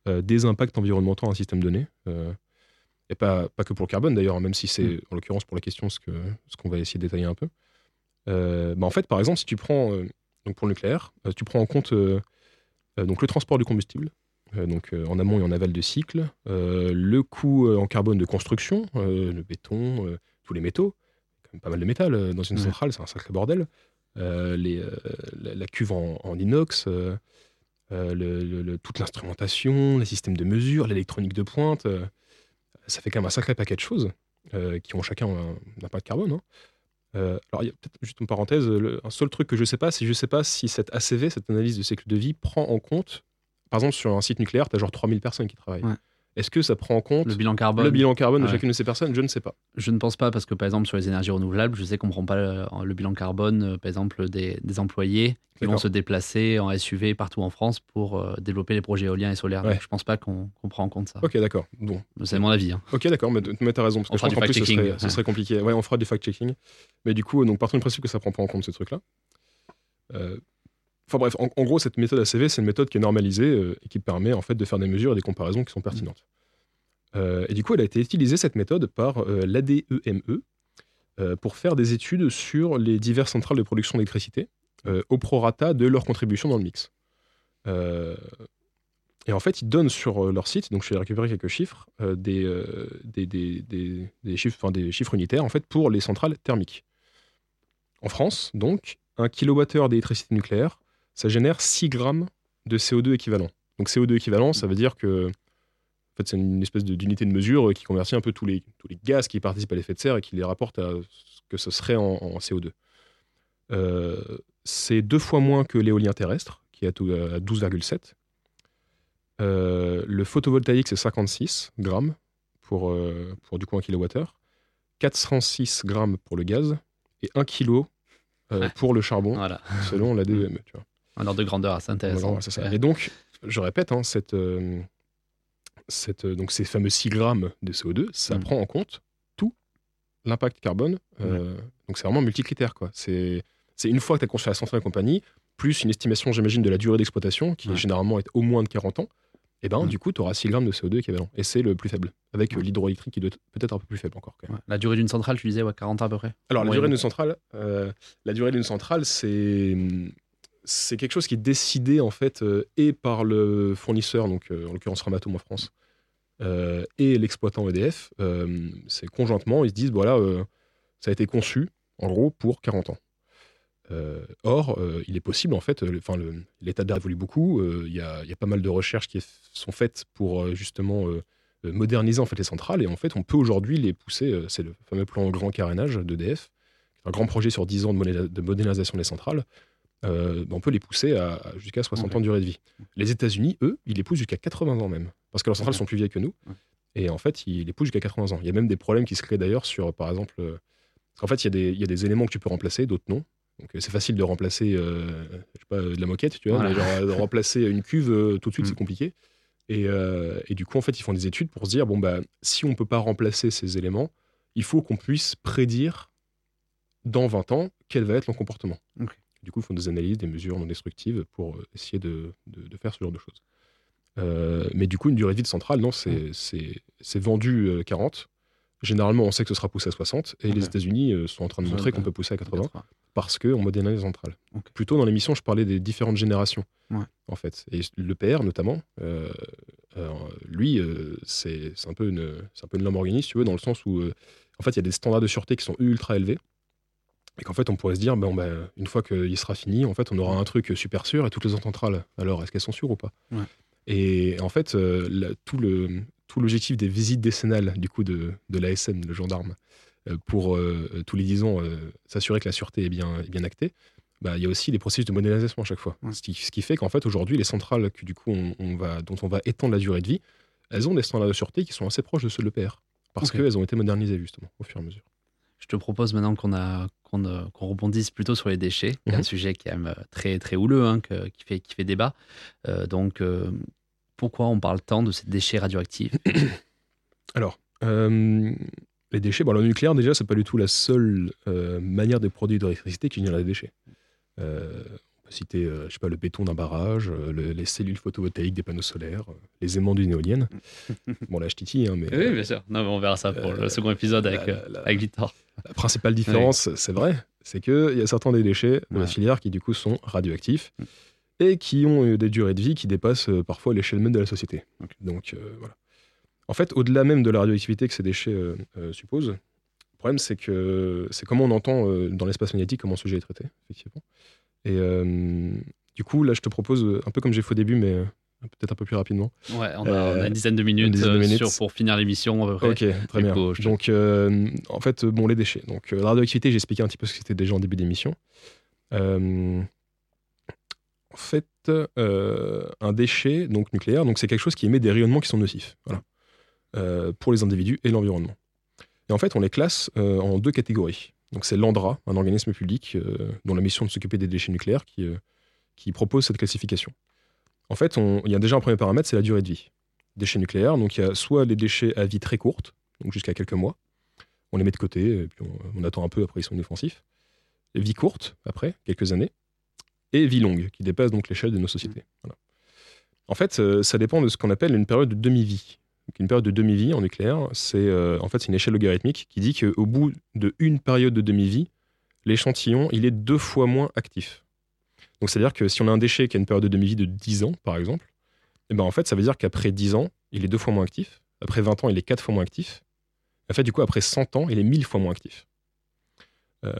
euh, des impacts environnementaux à un système donné. Euh, et pas, pas que pour le carbone d'ailleurs, même si c'est mmh. en l'occurrence pour la question ce, que, ce qu'on va essayer de détailler un peu. Euh, bah en fait, par exemple, si tu prends, euh, donc pour le nucléaire, euh, tu prends en compte euh, euh, donc le transport du combustible, euh, donc euh, en amont et en aval de cycle, euh, le coût euh, en carbone de construction, euh, le béton, euh, tous les métaux, quand même pas mal de métal euh, dans une mmh. centrale, c'est un sacré bordel. Euh, les, euh, la, la cuve en, en inox, euh, euh, le, le, le, toute l'instrumentation, les systèmes de mesure, l'électronique de pointe, euh, ça fait quand même un sacré paquet de choses euh, qui ont chacun un, un impact carbone. Hein. Euh, alors, il y a peut-être juste une parenthèse, le, un seul truc que je ne sais pas, c'est je ne sais pas si cette A C V, cette analyse de cycle de vie, prend en compte, par exemple, sur un site nucléaire, tu as genre trois mille personnes qui travaillent. Ouais. Est-ce que ça prend en compte le bilan carbone, le bilan carbone de ouais. chacune de ces personnes? Je ne sais pas. Je ne pense pas, parce que par exemple sur les énergies renouvelables, je sais qu'on ne prend pas le, le bilan carbone, euh, par exemple des, des employés qui D'accord. vont se déplacer en S U V partout en France pour euh, développer les projets éoliens et solaires. Ouais. Donc je ne pense pas qu'on, qu'on prend en compte ça. Ok, d'accord. Bon. C'est mon avis. Hein. Ok, d'accord, mais, mais tu as raison. Parce que on je fera pense du qu'en plus, ce serait, ouais. ce serait compliqué. Ouais, on fera du fact-checking. Mais du coup, donc, partons du principe que ça ne prend pas en compte ces trucs-là. Euh, Enfin bref, en, en gros, cette méthode A C V, c'est une méthode qui est normalisée euh, et qui permet en fait de faire des mesures et des comparaisons qui sont pertinentes. Euh, et du coup, elle a été utilisée, cette méthode, par euh, l'A D E M E euh, pour faire des études sur les diverses centrales de production d'électricité euh, au prorata de leur contribution dans le mix. Euh, et en fait, ils donnent sur euh, leur site, donc je vais récupérer quelques chiffres, euh, des, euh, des, des, des, des, chiffres, enfin, des chiffres unitaires en fait, pour les centrales thermiques. En France, donc, un kilowattheure d'électricité nucléaire, ça génère six grammes de C O deux équivalent. Donc C O deux équivalent, ça veut dire que en fait, c'est une espèce de, d'unité de mesure qui convertit un peu tous les, tous les gaz qui participent à l'effet de serre et qui les rapporte à ce que ce serait en, en C O deux. Euh, c'est deux fois moins que l'éolien terrestre, qui est à douze virgule sept. Euh, le photovoltaïque, c'est cinquante-six grammes pour, euh, pour du coup un kilowattheure, quatre cent six grammes pour le gaz et un kilo euh, pour le charbon, voilà. Selon l'A D E M E. Tu vois. Un ordre de grandeur, c'est intéressant. Ouais, c'est ça. Et donc, je répète, hein, cette, euh, cette, euh, donc ces fameux six grammes de C O deux, ça mmh. prend en compte tout l'impact carbone. Euh, mmh. Donc, c'est vraiment multicritère, quoi. C'est, c'est une fois que tu as construit la centrale et compagnie, plus une estimation, j'imagine, de la durée d'exploitation, qui mmh. généralement est au moins de quarante ans. Et ben, mmh. du coup, tu auras six grammes de C O deux équivalent. Et c'est le plus faible, avec mmh. l'hydroélectrique qui doit être peut-être un peu plus faible encore. Quand même. Ouais. La durée d'une centrale, tu disais, ouais, quarante ans à peu près. Alors, la ouais, durée d'une centrale, euh, la durée d'une centrale, c'est... c'est quelque chose qui est décidé en fait euh, et par le fournisseur, donc euh, en l'occurrence Framatome en France, euh, et l'exploitant E D F. Euh, c'est conjointement, ils se disent voilà, euh, ça a été conçu en gros pour quarante ans. Euh, or, euh, il est possible en fait, enfin le, l'état d'art évolue beaucoup. Il y, y a pas mal de recherches qui sont faites pour euh, justement euh, moderniser en fait les centrales et en fait on peut aujourd'hui les pousser. Euh, c'est le fameux plan grand carénage d'E D F, un grand projet sur dix ans de, modé- de modernisation des centrales. Euh, on peut les pousser à, à jusqu'à soixante okay. ans de durée de vie. Les États-Unis, eux, ils les poussent jusqu'à quatre-vingts ans même, parce que leurs centrales okay. sont plus vieilles que nous. Okay. Et en fait, ils les poussent jusqu'à quatre-vingts ans. Il y a même des problèmes qui se créent d'ailleurs sur, par exemple, euh, parce qu'en fait, il y a des, il y a des éléments que tu peux remplacer, d'autres non. Donc c'est facile de remplacer, euh, je sais pas, de la moquette, tu vois, voilà. mais genre de remplacer une cuve euh, tout de suite, mm. c'est compliqué. Et, euh, et du coup, en fait, ils font des études pour se dire bon bah, si on peut pas remplacer ces éléments, il faut qu'on puisse prédire dans vingt ans quel va être leur comportement. Okay. Du coup, ils font des analyses, des mesures non destructives pour essayer de, de, de faire ce genre de choses. Euh, mais du coup, une durée de vie de centrale, non, c'est, mmh. c'est, c'est vendu euh, quarante. Généralement, on sait que ce sera poussé à soixante. Et okay. les États-Unis euh, sont en train de montrer qu'on peut pousser à quatre-vingts parce qu'on modernise les centrales. Okay. Plus tôt dans l'émission, je parlais des différentes générations, ouais. en fait. Et l'E P R, notamment, euh, euh, lui, euh, c'est, c'est, un peu une, c'est un peu une Lamborghini, si tu veux, dans le sens où, euh, en fait, il y a des standards de sûreté qui sont ultra élevés. Et qu'en fait, on pourrait se dire, bon, bah, une fois qu'il sera fini, en fait, on aura un truc super sûr et toutes les autres centrales, alors, est-ce qu'elles sont sûres ou pas? Ouais. Et en fait, euh, la, tout, le, tout l'objectif des visites décennales du coup, de, de l'A S N, le gendarme, euh, pour euh, tous les dix ans euh, s'assurer que la sûreté est bien, est bien actée, bah, il y a aussi des processus de modernisation à chaque fois. Ouais. Ce, qui, ce qui fait qu'en fait, aujourd'hui, les centrales que, du coup, on, on va, dont on va étendre la durée de vie, elles ont des standards de sûreté qui sont assez proches de ceux de l'E P R, parce okay. qu'elles ont été modernisées, justement, au fur et à mesure. Je te propose maintenant qu'on, a, qu'on, euh, qu'on rebondisse plutôt sur les déchets. C'est mmh. un sujet qui est même très, très houleux, hein, que, qui, fait, qui fait débat. Euh, donc, euh, pourquoi on parle tant de ces déchets radioactifs? Alors, euh, les déchets, bon, le nucléaire, déjà, c'est pas du tout la seule euh, manière de produire de l'électricité qui génère des déchets. Euh, on peut citer, euh, je sais pas, le béton d'un barrage, euh, le- les cellules photovoltaïques des panneaux solaires, euh, les aimants d'une éolienne. Bon, là, je titille, hein, mais Oui, bien sûr. Non, mais on verra ça pour Euh, le second épisode avec, la- euh, la- avec Victor. la principale différence, c'est vrai, c'est qu'il y a certains des déchets de la Ouais. filière qui, du coup, sont radioactifs Mm. et qui ont euh, des durées de vie qui dépassent euh, parfois l'échelle même de la société. Ok. Donc, euh, voilà. En fait, au-delà même de la radioactivité que ces déchets euh, euh, supposent, le problème, c'est que c'est comment on entend euh, dans l'espace magnétique comment ce sujet est traité, effectivement. Et euh, du coup, là, je te propose, euh, un peu comme j'ai fait au début, mais euh, peut-être un peu plus rapidement. Ouais, on a, Euh, on a une dizaine de minutes, une dizaine de euh, minutes. sur- pour finir l'émission à peu près. Ok, très Du bien. coup, je- Donc, euh, en fait, euh, bon, les déchets. Donc, euh, la radioactivité, j'ai expliqué un petit peu ce que c'était déjà en début d'émission. Euh, en fait, euh, un déchet donc nucléaire, donc c'est quelque chose qui émet des rayonnements qui sont nocifs, voilà, euh, pour les individus et l'environnement. Et en fait, on les classe euh, en deux catégories. Donc, c'est l'ANDRA, un organisme public euh, dont la mission est de s'occuper des déchets nucléaires, qui, euh, qui propose cette classification. En fait, on- il y a déjà un premier paramètre, c'est la durée de vie. Déchets nucléaires, donc il y a soit les déchets à vie très courte, donc jusqu'à quelques mois, on les met de côté, et puis on, on attend un peu, après ils sont inoffensifs. Et vie courte, après, quelques années, et vie longue, qui dépasse donc l'échelle de nos sociétés. Voilà. En fait, euh, ça dépend de ce qu'on appelle une période de demi-vie. Donc, une période de demi-vie en nucléaire, c'est euh, en fait c'est une échelle logarithmique qui dit qu'au bout d'une période de demi-vie, l'échantillon il est deux fois moins actif. Donc c'est-à-dire que si on a un déchet qui a une période de demi-vie de dix ans, par exemple, et ben en fait ça veut dire qu'après dix ans, il est deux fois moins actif. Après vingt ans, il est quatre fois moins actif. En fait, du coup, après cent ans, il est mille fois moins actif. Euh,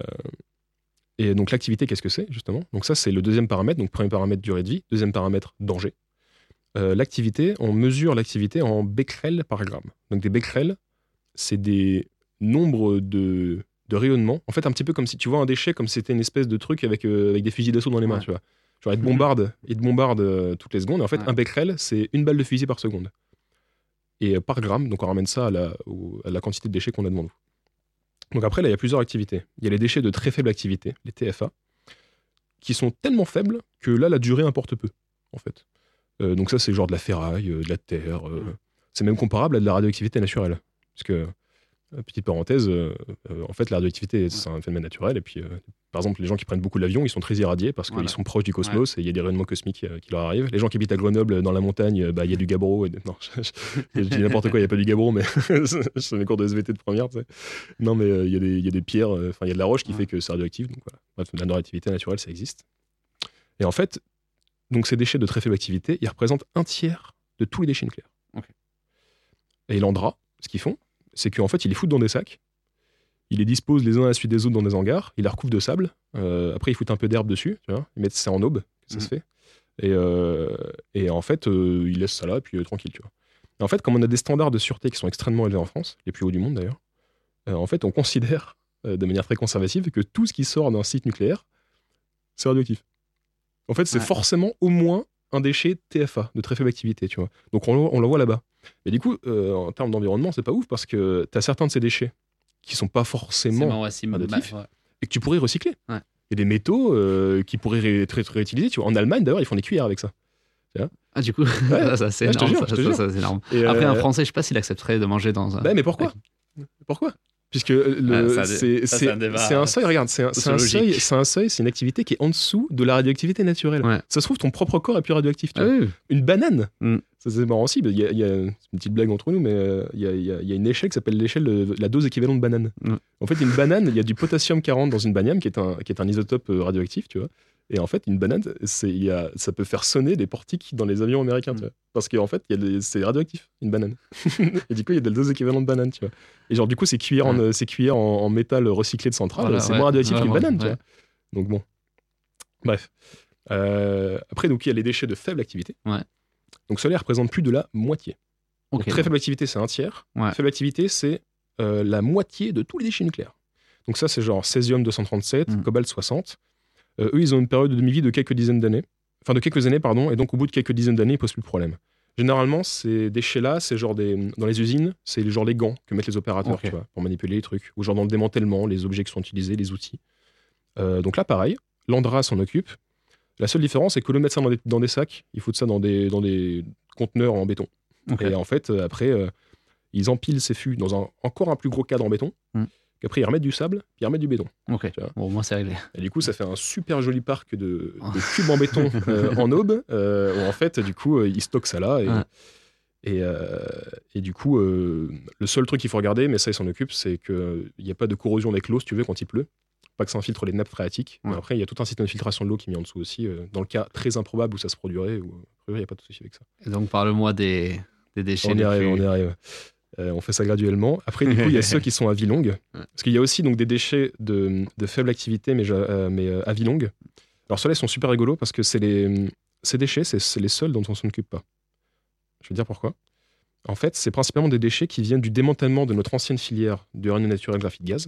et donc l'activité, qu'est-ce que c'est, justement? Donc ça, c'est le deuxième paramètre. Donc premier paramètre, durée de vie. Deuxième paramètre, danger. Euh, l'activité, on mesure l'activité en becquerel par gramme. Donc des becquerels, c'est des nombres de, de rayonnements. En fait, un petit peu comme si tu vois un déchet, comme si c'était une espèce de truc avec, euh, avec des fusils d'assaut dans les mains, Ouais. tu vois. Genre, il te bombarde, il te bombarde euh, toutes les secondes. Et en fait, Ouais. un becquerel, c'est une balle de fusil par seconde. Et euh, par gramme, donc on ramène ça à la, au- à la quantité de déchets qu'on a devant nous. Donc après, là, il y a plusieurs activités. Il y a les déchets de très faible activité, les T F A, qui sont tellement faibles que là, la durée importe peu, en fait. Euh, donc ça, c'est genre de la ferraille, euh, de la terre. euh, c'est même comparable à de la radioactivité naturelle. Parce que, euh, petite parenthèse, euh, euh, en fait, la radioactivité, c'est un phénomène naturel. Et puis, euh, par exemple, les gens qui prennent beaucoup l'avion, ils sont très irradiés parce qu'ils Voilà. sont proches du cosmos et il y a des rayonnements cosmiques euh, qui leur arrivent. Les gens qui habitent à Grenoble, dans la montagne, euh, bah, il y a du gabbro. Et... Non, je, je- je dis n'importe quoi, il n'y a pas du gabbro, mais c'est mes cours de S V T de première. Tu sais. Non, mais euh, il y, a des- il y a des pierres, euh, enfin, il y a de la roche qui Ouais. fait que c'est radioactif. Donc voilà. Bref, la radioactivité naturelle, ça existe. Et en fait, donc ces déchets de très faible activité, ils représentent un tiers de tous les déchets nucléaires. Ok. Et l'Andra, ce qu'ils font, c'est qu'en fait, ils les foutent dans des sacs, ils les disposent les uns à la suite des autres dans des hangars, ils la recouvrent de sable, euh, après ils foutent un peu d'herbe dessus, tu vois, ils mettent ça en aube, ça Mhm. se fait. Et, euh, et en fait, euh, ils laissent ça là, puis euh, tranquille, tu vois. Et en fait, comme on a des standards de sûreté qui sont extrêmement élevés en France, les plus hauts du monde d'ailleurs, euh, en fait, on considère euh, de manière très conservative que tout ce qui sort d'un site nucléaire, c'est radioactif. En fait, c'est Ouais. forcément au moins un déchet T F A, de très faible activité, tu vois. Donc on, le- on l'envoie là-bas. Mais du coup, euh, en termes d'environnement, c'est pas ouf parce que tu as certains de ces déchets qui sont pas C'est forcément marrant, ouais, c'est- radioactif. bah, ouais. et que tu pourrais recycler. Ouais. Il y a des métaux euh, qui pourraient ré- être être réutilisés. Tu vois. En Allemagne, d'ailleurs, ils font des cuillères avec ça. Ah, du coup, ça, ça, c'est Ouais, je te énorme. jure, ça, je te ça, jure. ça, c'est énorme. Et, Après, euh, un Français, je sais pas s'il accepterait de manger dans un. bah, mais pourquoi Pourquoi Puisque le- Ouais, ça, c'est ça, c'est- c'est un débat, c'est un euh, seuil, regarde, c'est un, c'est un sociologique. seuil, c'est un seuil, c'est une activité qui est en dessous de la radioactivité naturelle. Ouais. Ça se trouve, ton propre corps est plus radioactif. Tu Ah vois. oui, Une banane, Mm. ça c'est marrant aussi, il y a, il y a une petite blague entre nous, mais euh, il y, a, il y a- il y a une échelle qui s'appelle l'échelle de la dose équivalente de banane. Mm. En fait, une banane, il y a du potassium quarante dans une banane qui est un, qui est un isotope euh, radioactif, tu vois. Et en fait, une banane, c'est, il y a, ça peut faire sonner des portiques dans les avions américains, tu Mm. vois. Parce qu'en fait, il y a des- c'est radioactif, une banane. Et du coup, il y a des doses équivalentes de banane, tu vois. Et genre, du coup, ces cuillères, en, euh, ces cuillères en, en métal recyclé de centrale, Voilà, c'est ouais. moins radioactif Ouais, qu'une ouais, banane, tu ouais. vois. Donc bon. Bref. Euh, après, donc, il y a les déchets de faible activité. Ouais. Donc, cela représente plus de la moitié. Donc, Ok. très faible activité, c'est un tiers. Ouais. Faible activité, c'est euh, la moitié de tous les déchets nucléaires. Donc, ça, c'est genre césium deux cent trente-sept, Mm. cobalt soixante. Euh, eux, ils ont une période de demi-vie de quelques dizaines d'années. Enfin, de quelques années, pardon. Et donc, au bout de quelques dizaines d'années, ils posent plus de problème. Généralement, ces déchets-là, c'est genre des. Dans les usines, c'est genre les gants que mettent les opérateurs, Ok. tu vois, pour manipuler les trucs. Ou genre dans le démantèlement, les objets qui sont utilisés, les outils. Euh, donc là, pareil, l'Andra s'en occupe. La seule différence, c'est que le mettre ça dans des, dans des sacs, ils foutent ça dans des, dans des conteneurs en béton. Ok. Et en fait, euh, après, euh, ils empilent ces fûts dans un, encore un plus gros cadre en béton. Mm. qu'après ils remettent du sable, puis ils remettent du béton. Ok, Tu vois. bon, au moins c'est réglé. Et du coup, ça fait un super joli parc de, de cubes en béton euh, en aube, euh, où en fait, du coup, euh, ils stockent ça là. Et, Ouais. et, euh, et du coup, euh, le seul truc qu'il faut regarder, mais ça, ils s'en occupent, c'est qu'il n'y a pas de corrosion avec l'eau, si tu veux, quand il pleut. Pas que ça infiltre les nappes phréatiques. Ouais. Mais après, il y a tout un système de filtration de l'eau qui est mis en dessous aussi, euh, dans le cas très improbable où ça se produirait, où il n'y a pas de souci avec ça. Et donc parle-moi des, des déchets. On y les arrive, plus- on y arrive. Euh, on fait ça graduellement. Après, du coup, il y a ceux qui sont à vie longue. Parce qu'il y a aussi donc, des déchets de, de faible activité, mais, je- euh, mais euh, à vie longue. Alors, ceux-là, ils sont super rigolos parce que c'est les, ces déchets, c'est, c'est les seuls dont on ne s'en occupe pas. Je vais dire pourquoi. En fait, c'est principalement des déchets qui viennent du démantèlement de notre ancienne filière d'uranium naturel graphite gaz.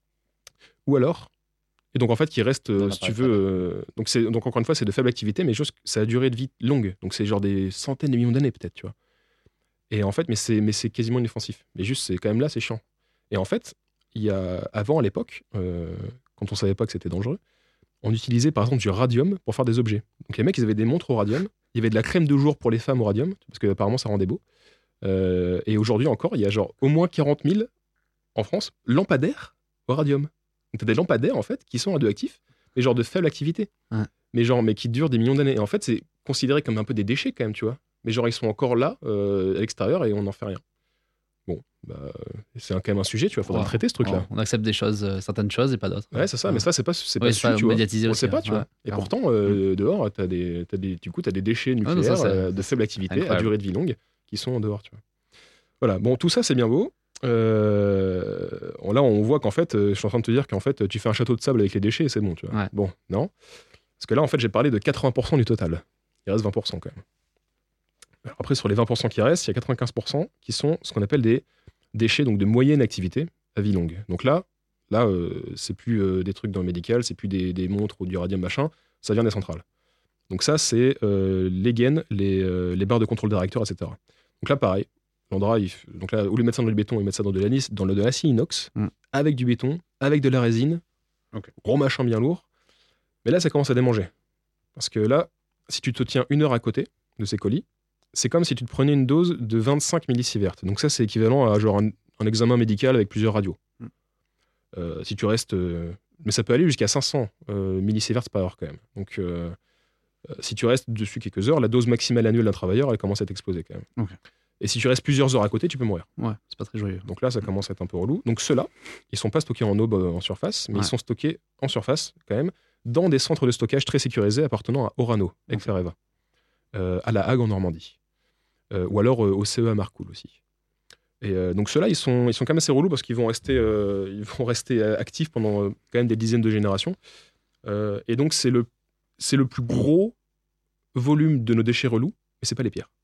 Ou alors, et donc en fait, qui reste, euh, Dans si tu l'appareil veux. euh, donc, c'est, donc, encore une fois, c'est de faible activité, mais juste, ça a duré de vie longue. Donc, c'est genre des centaines de millions d'années, peut-être, tu vois. Et en fait, mais c'est, mais c'est quasiment inoffensif. Mais juste, c'est quand même là, c'est chiant. Et en fait, il y a, avant, à l'époque, euh, quand on savait pas que c'était dangereux, on utilisait par exemple du radium pour faire des objets. Donc les mecs, ils avaient des montres au radium. Il y avait de la crème de jour pour les femmes au radium, parce que apparemment ça rendait beau. Euh, et aujourd'hui encore, il y a genre au moins quarante mille en France lampadaires au radium. Donc t'as des lampadaires en fait qui sont radioactifs, mais genre de faible activité. Ouais. Mais genre, mais qui durent des millions d'années. Et en fait, c'est considéré comme un peu des déchets quand même, tu vois. Mais genre, ils sont encore là, euh, à l'extérieur, et on n'en fait rien. Bon, bah, c'est un- quand même un sujet, tu vois, faudra Ouais. le traiter ce truc-là. On accepte des choses, euh, certaines choses et pas d'autres. Ouais, c'est ça, mais ça, c'est pas, c'est Oui, pas c'est su, pas tu vois. médiatisé On le aussi, sait pas, hein. tu vois. Ouais, Et clairement. pourtant, euh, dehors, t'as des, t'as des, du coup, t'as des déchets non, nucléaires ça, c'est- euh, de c'est faible activité, à incroyable. durée de vie longue, qui sont en dehors, tu vois. Voilà, bon, tout ça, c'est bien beau. Euh, on- là, on voit qu'en fait, euh, je suis en train de te dire qu'en fait, tu fais un château de sable avec les déchets et c'est bon, tu vois. Ouais. Bon, non. Parce que là, en fait, j'ai parlé de quatre-vingts pour cent du total. Il reste vingt pour cent quand même. Alors après, sur les vingt pour cent qui restent, il y a quatre-vingt-quinze pour cent qui sont ce qu'on appelle des déchets donc de moyenne activité à vie longue. Donc là, là euh, c'est plus euh, des trucs dans le médical, c'est plus des, des montres ou du radium machin, ça vient des centrales. Donc ça, c'est euh, les gaines, les, euh, les barres de contrôle des réacteurs, et cetera. Donc là, pareil, l'Andra, il f- donc là, au lieu de mettre ça dans du béton, ils mettent ça dans de l'anis- dans le- de l'acier inox, Mm. avec du béton, avec de la résine, Ok. gros machin bien lourd. Mais là, ça commence à démanger. Parce que là, si tu te tiens une heure à côté de ces colis, c'est comme si tu te prenais une dose de vingt-cinq millisieverts. Donc ça, c'est équivalent à genre un, un examen médical avec plusieurs radios. Mm. Euh, si tu restes... euh, mais ça peut aller jusqu'à cinq cents euh, millisieverts par heure quand même. Donc euh, euh, si tu restes dessus quelques heures, la dose maximale annuelle d'un travailleur, elle commence à t'exploser quand même. Ok. Et si tu restes plusieurs heures à côté, tu peux mourir. Ouais, c'est pas très joyeux. Donc là, ça commence à être un peu relou. Donc ceux-là, ils sont pas stockés en aube euh, en surface, mais Ouais. ils sont stockés en surface quand même, dans des centres de stockage très sécurisés appartenant à Orano, avec Fereva, euh, à La Hague en Normandie. Euh, ou alors euh, au C E A Marcoule aussi. Et euh, donc ceux-là, ils sont, ils sont quand même assez relous parce qu'ils vont rester, euh, ils vont rester euh, actifs pendant euh, quand même des dizaines de générations. Euh, et donc c'est le, c'est le plus gros volume de nos déchets relous, mais c'est pas les pires.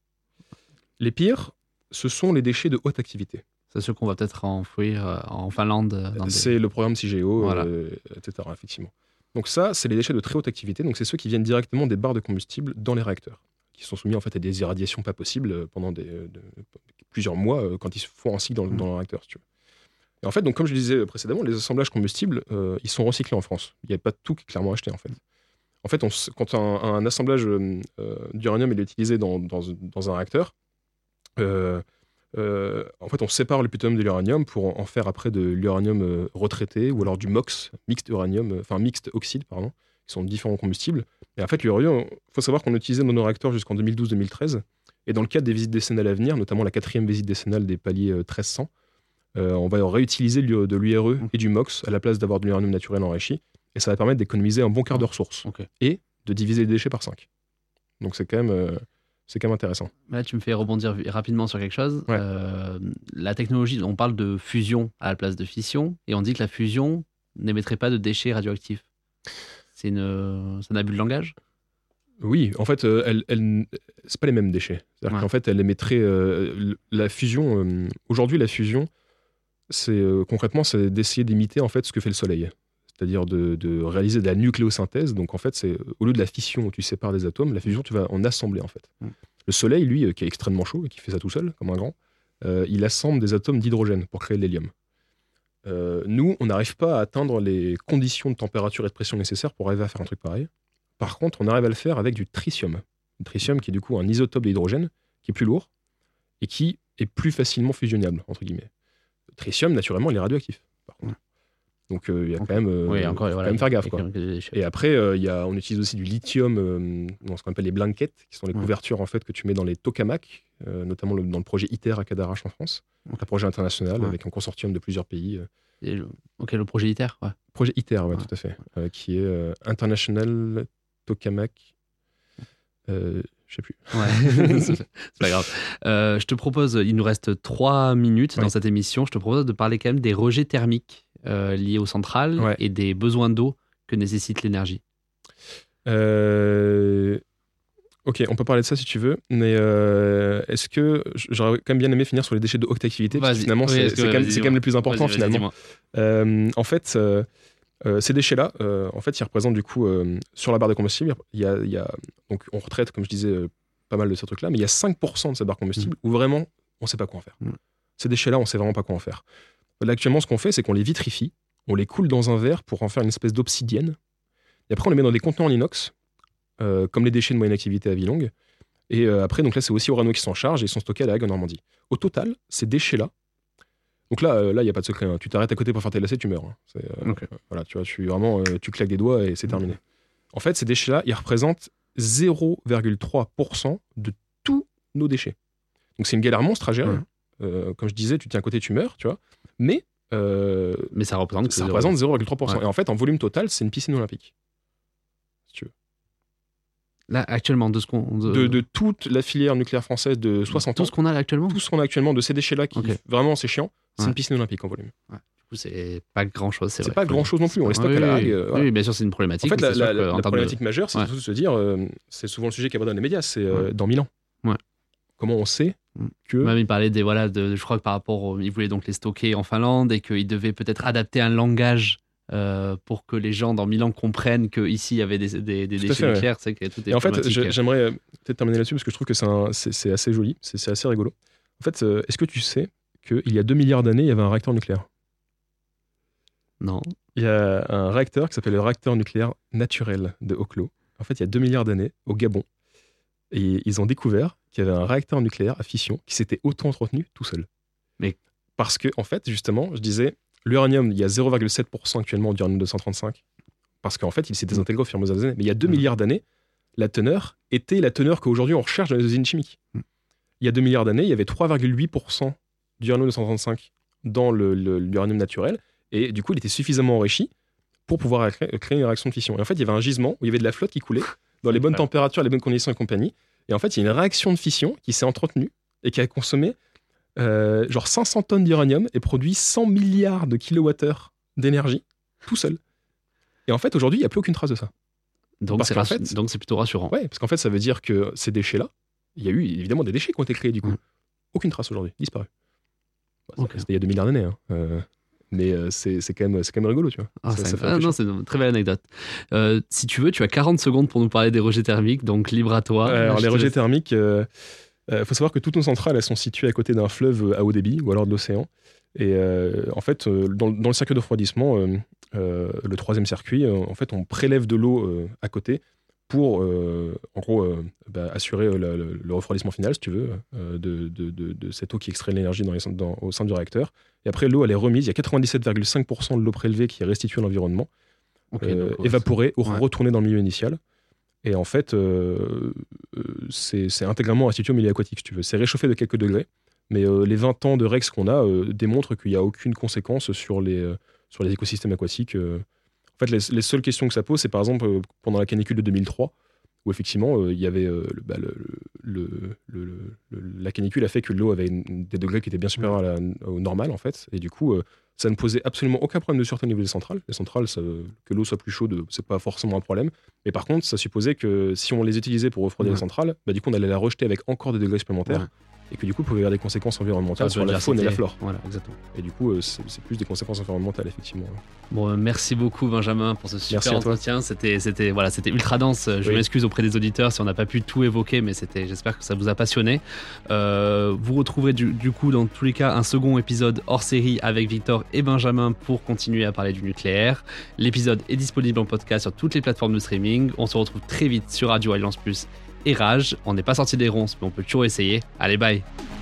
Les pires, ce sont les déchets de haute activité. C'est sûr qu'on va peut-être enfouir euh, en Finlande. euh, Dans des... C'est le programme CIGEO, Voilà. euh, et cetera, effectivement. Donc ça, c'est les déchets de très haute activité. Donc c'est ceux qui viennent directement des barres de combustible dans les réacteurs, qui sont soumis en fait à des irradiations pas possibles euh, pendant des, euh, de- plusieurs mois euh, quand ils se font un cycle dans, le- Mm. dans le réacteur, si tu veux. Et en fait, donc comme je le disais précédemment, les assemblages combustibles, euh, ils sont recyclés en France. Il n'y a pas tout qui est clairement acheté en fait. En fait, on s- quand un, un assemblage euh, euh, d'uranium il est utilisé dans, dans, dans un réacteur, euh, euh, en fait, on sépare le plutonium de l'uranium pour en faire après de l'uranium euh, retraité ou alors du MOX, mixte uranium, euh, enfin mixte oxyde, pardon, qui sont différents combustibles. Et en fait, l'uranium, il faut savoir qu'on l'utilisait dans nos réacteurs jusqu'en deux mille douze deux mille treize. Et dans le cadre des visites décennales à venir, notamment la quatrième visite décennale des paliers euh, treize cents, euh, on va réutiliser l'u- de l'U R E et du MOX à la place d'avoir de l'uranium naturel enrichi. Et ça va permettre d'économiser un bon quart de ressources Ok. et de diviser les déchets par cinq. Donc c'est quand même, euh, c'est quand même intéressant. Là, tu me fais rebondir vi- rapidement sur quelque chose. Ouais. Euh, la technologie, on parle de fusion à la place de fission, et on dit que la fusion n'émettrait pas de déchets radioactifs. C'est une, c'est un abus de langage. Oui, en fait, euh, elle, elle, c'est pas les mêmes déchets. C'est-à-dire Ouais. qu'en fait, elle émettrait euh, l- la fusion. euh, aujourd'hui, la fusion, c'est euh, concrètement, c'est d'essayer d'imiter en fait ce que fait le Soleil, c'est-à-dire de, de réaliser de la nucléosynthèse. Donc en fait, c'est euh, au lieu de la fission où tu sépares des atomes, la fusion, tu vas en assembler en fait. Mm. Le Soleil, lui, euh, qui est extrêmement chaud et qui fait ça tout seul, comme un grand, euh, il assemble des atomes d'hydrogène pour créer de l'hélium. Euh, nous, on n'arrive pas à atteindre les conditions de température et de pression nécessaires pour arriver à faire un truc pareil. Par contre, on arrive à le faire avec du tritium. Le tritium qui est du coup un isotope d'hydrogène, qui est plus lourd et qui est plus facilement fusionnable, entre guillemets. Le tritium, naturellement, il est radioactif. Par Donc euh, il y a Ok. quand même, euh, Oui, encore, faut voilà, quand même faire gaffe. il y a Quoi. quand même des déchets. Et après, euh, il y a, on utilise aussi du lithium euh, dans ce qu'on appelle les blankets, qui sont les Ouais. couvertures en fait, que tu mets dans les tokamaks, euh, notamment le- dans le projet ITER à Cadarache en France, Ok. un projet international Ouais. avec un consortium de plusieurs pays. euh, Et le- Ok, le projet ITER, ouais. Projet ITER, ouais, Ouais. tout à fait, euh, qui est euh, International Tokamak. Euh, je sais plus. Ouais, c'est c'est pas grave. Euh, je te propose, il nous reste trois minutes dans Ouais. cette émission. Je te propose de parler quand même des rejets thermiques euh, liés aux centrales Ouais. et des besoins d'eau que nécessite l'énergie. Euh, Ok, on peut parler de ça si tu veux, mais euh, est-ce que j'aurais quand même bien aimé finir sur les déchets de haute activité, parce que Vas-y. finalement Oui, c'est est-ce que- c'est quand, même- vas-y, c'est quand même le plus important Vas-y, vas-y, finalement. dis-moi. Euh, en fait, euh, euh, ces déchets-là, euh, en fait, ils représentent du coup euh, sur la barre de combustible, il y a, il y a donc on retraite, comme je disais, euh, pas mal de ces trucs-là, mais il y a cinq pour cent de cette barre combustible où vraiment on ne sait pas quoi en faire. Mm. Ces déchets-là, on ne sait vraiment pas quoi en faire. Là, actuellement, ce qu'on fait, c'est qu'on les vitrifie, on les coule dans un verre pour en faire une espèce d'obsidienne, et après on les met dans des contenants en inox, euh, comme les déchets de moyenne activité à vie longue. Et euh, après, donc là, c'est aussi Orano qui s'en charge et ils sont stockés à la Hague en Normandie. Au total, ces déchets-là, donc là, euh, là, il n'y a pas de secret. Hein. Tu t'arrêtes à côté pour faire tes lacets, tu meurs. Hein. C'est, euh, Ok. voilà, tu vois, tu vraiment, euh, tu claques des doigts et c'est terminé. En fait, ces déchets-là, ils représentent zéro virgule trois pour cent de tous nos déchets. Donc c'est une galère monstre à gérer. Ouais. Euh, comme je disais, tu tiens à côté, tu meurs, tu vois. Mais euh, Mais ça représente que ça zéro. représente zéro virgule trois pour cent. Ouais. Et en fait, en volume total, c'est une piscine olympique. Si tu veux. Là, actuellement, de ce qu'on. De, De, de toute la filière nucléaire française de soixante tout ans, ce qu'on a là actuellement. tout ce qu'on a actuellement de ces déchets-là, qui Ok. vraiment c'est chiant, c'est Ouais. une piscine olympique en volume. Du coup, c'est pas grand chose. C'est, C'est vrai. pas grand-chose non plus, on les stocke Oui, à la oui, Hague. euh, oui, voilà. oui, bien sûr, c'est une problématique. En fait, mais la, c'est sûr la- que, la en termes de- problématique majeure, c'est Ouais. surtout de se dire, euh, c'est souvent le sujet qui aborde dans les médias, c'est euh, Ouais. dans Milan. Ouais. Comment on sait Mm. que. Même il parlait des voilà, de, je crois que par rapport, au, il voulait donc les stocker en Finlande et qu'il devait peut-être adapter un langage euh, pour que les gens dans Milan comprennent qu'ici il y avait des, des, des Tout à déchets fait, ouais. nucléaires. C'est que tout est Et en fait, problématique. je- j'aimerais euh, peut-être terminer là-dessus parce que je trouve que c'est, un- c'est, c'est assez joli, c'est, c'est assez rigolo. En fait, euh, est-ce que tu sais qu'il y a deux milliards d'années, il y avait un réacteur nucléaire? Non. Il y a un réacteur qui s'appelle le réacteur nucléaire naturel de Oklo. En fait, il y a deux milliards d'années, au Gabon, et ils ont découvert qu'il y avait un réacteur nucléaire à fission qui s'était auto-entretenu tout seul. Mais- Parce que, en fait, justement, je disais, l'uranium, il y a zéro virgule sept pour cent actuellement d'uranium deux cent trente-cinq, parce qu'en fait, il s'est désintégré au fur et à mesure des années. Mais il y a deux Mm. milliards d'années, la teneur était la teneur qu'aujourd'hui on recherche dans les usines chimiques. Mm. Il y a deux milliards d'années, il y avait trois virgule huit pour cent d'uranium deux cent trente-cinq dans le, le- l'uranium naturel, et du coup, il était suffisamment enrichi pour pouvoir créer, créer une réaction de fission. Et en fait, il y avait un gisement où il y avait de la flotte qui coulait dans les bonnes Ouais. températures, les bonnes conditions et compagnie. Et en fait, il y a une réaction de fission qui s'est entretenue et qui a consommé euh, genre cinq cents tonnes d'uranium et produit cent milliards de kilowattheures d'énergie tout seul. Et en fait, aujourd'hui, il n'y a plus aucune trace de ça. Donc Parce c'est, qu'en rassu- fait- donc c'est plutôt rassurant. Ouais, parce qu'en fait, ça veut dire que ces déchets-là, il y a eu évidemment des déchets qui ont été créés du coup. Mm. Aucune trace aujourd'hui, disparu. Bon, ça, Ok. C'était il y a deux milliards d'années. Hein. Euh, mais euh, c'est, c'est, quand même, c'est quand même rigolo, tu vois. Ah, Ça- c'est, ça fait ah, réfléchir. non, c'est une très belle anecdote. Euh, si tu veux, tu as quarante secondes pour nous parler des rejets thermiques, donc libre à toi. Euh, alors, Je les te rejets laisse- thermiques, il euh, euh, faut savoir que toutes nos centrales, elles sont situées à côté d'un fleuve à haut débit ou alors de l'océan. Et euh, en fait, euh, dans, dans le circuit de refroidissement, euh, euh, le troisième circuit, euh, en fait, on prélève de l'eau euh, à côté pour, euh, en gros, euh, bah, assurer euh, la- le, le refroidissement final, si tu veux, euh, de, de- de- de cette eau qui extrait de l'énergie dans les, centres- dans- au sein du réacteur. Et après, l'eau, elle est remise. Il y a quatre-vingt-dix-sept virgule cinq pour cent de l'eau prélevée qui est restituée à l'environnement, Ok, euh, donc, ouais, évaporée ou ouais. retournée dans le milieu initial. Et en fait, euh, euh, c'est, c'est intégralement restitué au milieu aquatique, si tu veux. C'est réchauffé de quelques degrés, mais euh, les vingt ans de Rex qu'on a euh, démontrent qu'il n'y a aucune conséquence sur les, euh, sur les écosystèmes aquatiques. euh. En fait, les, les seules questions que ça pose, c'est par exemple euh, pendant la canicule de deux mille trois, où effectivement, euh, il y avait euh, le, bah, le, le, le- le- la canicule a fait que l'eau avait une- des degrés qui étaient bien supérieurs à la- au normal, en fait. Et du coup, euh, ça ne posait absolument aucun problème de sûreté au niveau des centrales. Les centrales, ça- que l'eau soit plus chaude, c'est pas forcément un problème. Mais par contre, ça supposait que si on les utilisait pour refroidir Ouais. les centrales, bah, du coup, on allait la rejeter avec encore des degrés supplémentaires. Ouais. Et que du coup, il pouvait y avoir des conséquences environnementales Ça, sur veut la dire faune et la c'était- flore. Voilà, exactement. Et du coup, euh, c'est, c'est plus des conséquences environnementales, effectivement. Bon, euh, merci beaucoup Benjamin pour ce super Merci à toi. entretien. C'était, c'était, voilà, c'était ultra dense. Je Oui. m'excuse auprès des auditeurs si on n'a pas pu tout évoquer, mais c'était, j'espère que ça vous a passionné. Euh, vous retrouverez du, du coup dans tous les cas un second épisode hors série avec Victor et Benjamin pour continuer à parler du nucléaire. L'épisode est disponible en podcast sur toutes les plateformes de streaming. On se retrouve très vite sur Radio Alliance Plus et Rage. On n'est pas sorti des ronces, mais on peut toujours essayer. Allez, bye.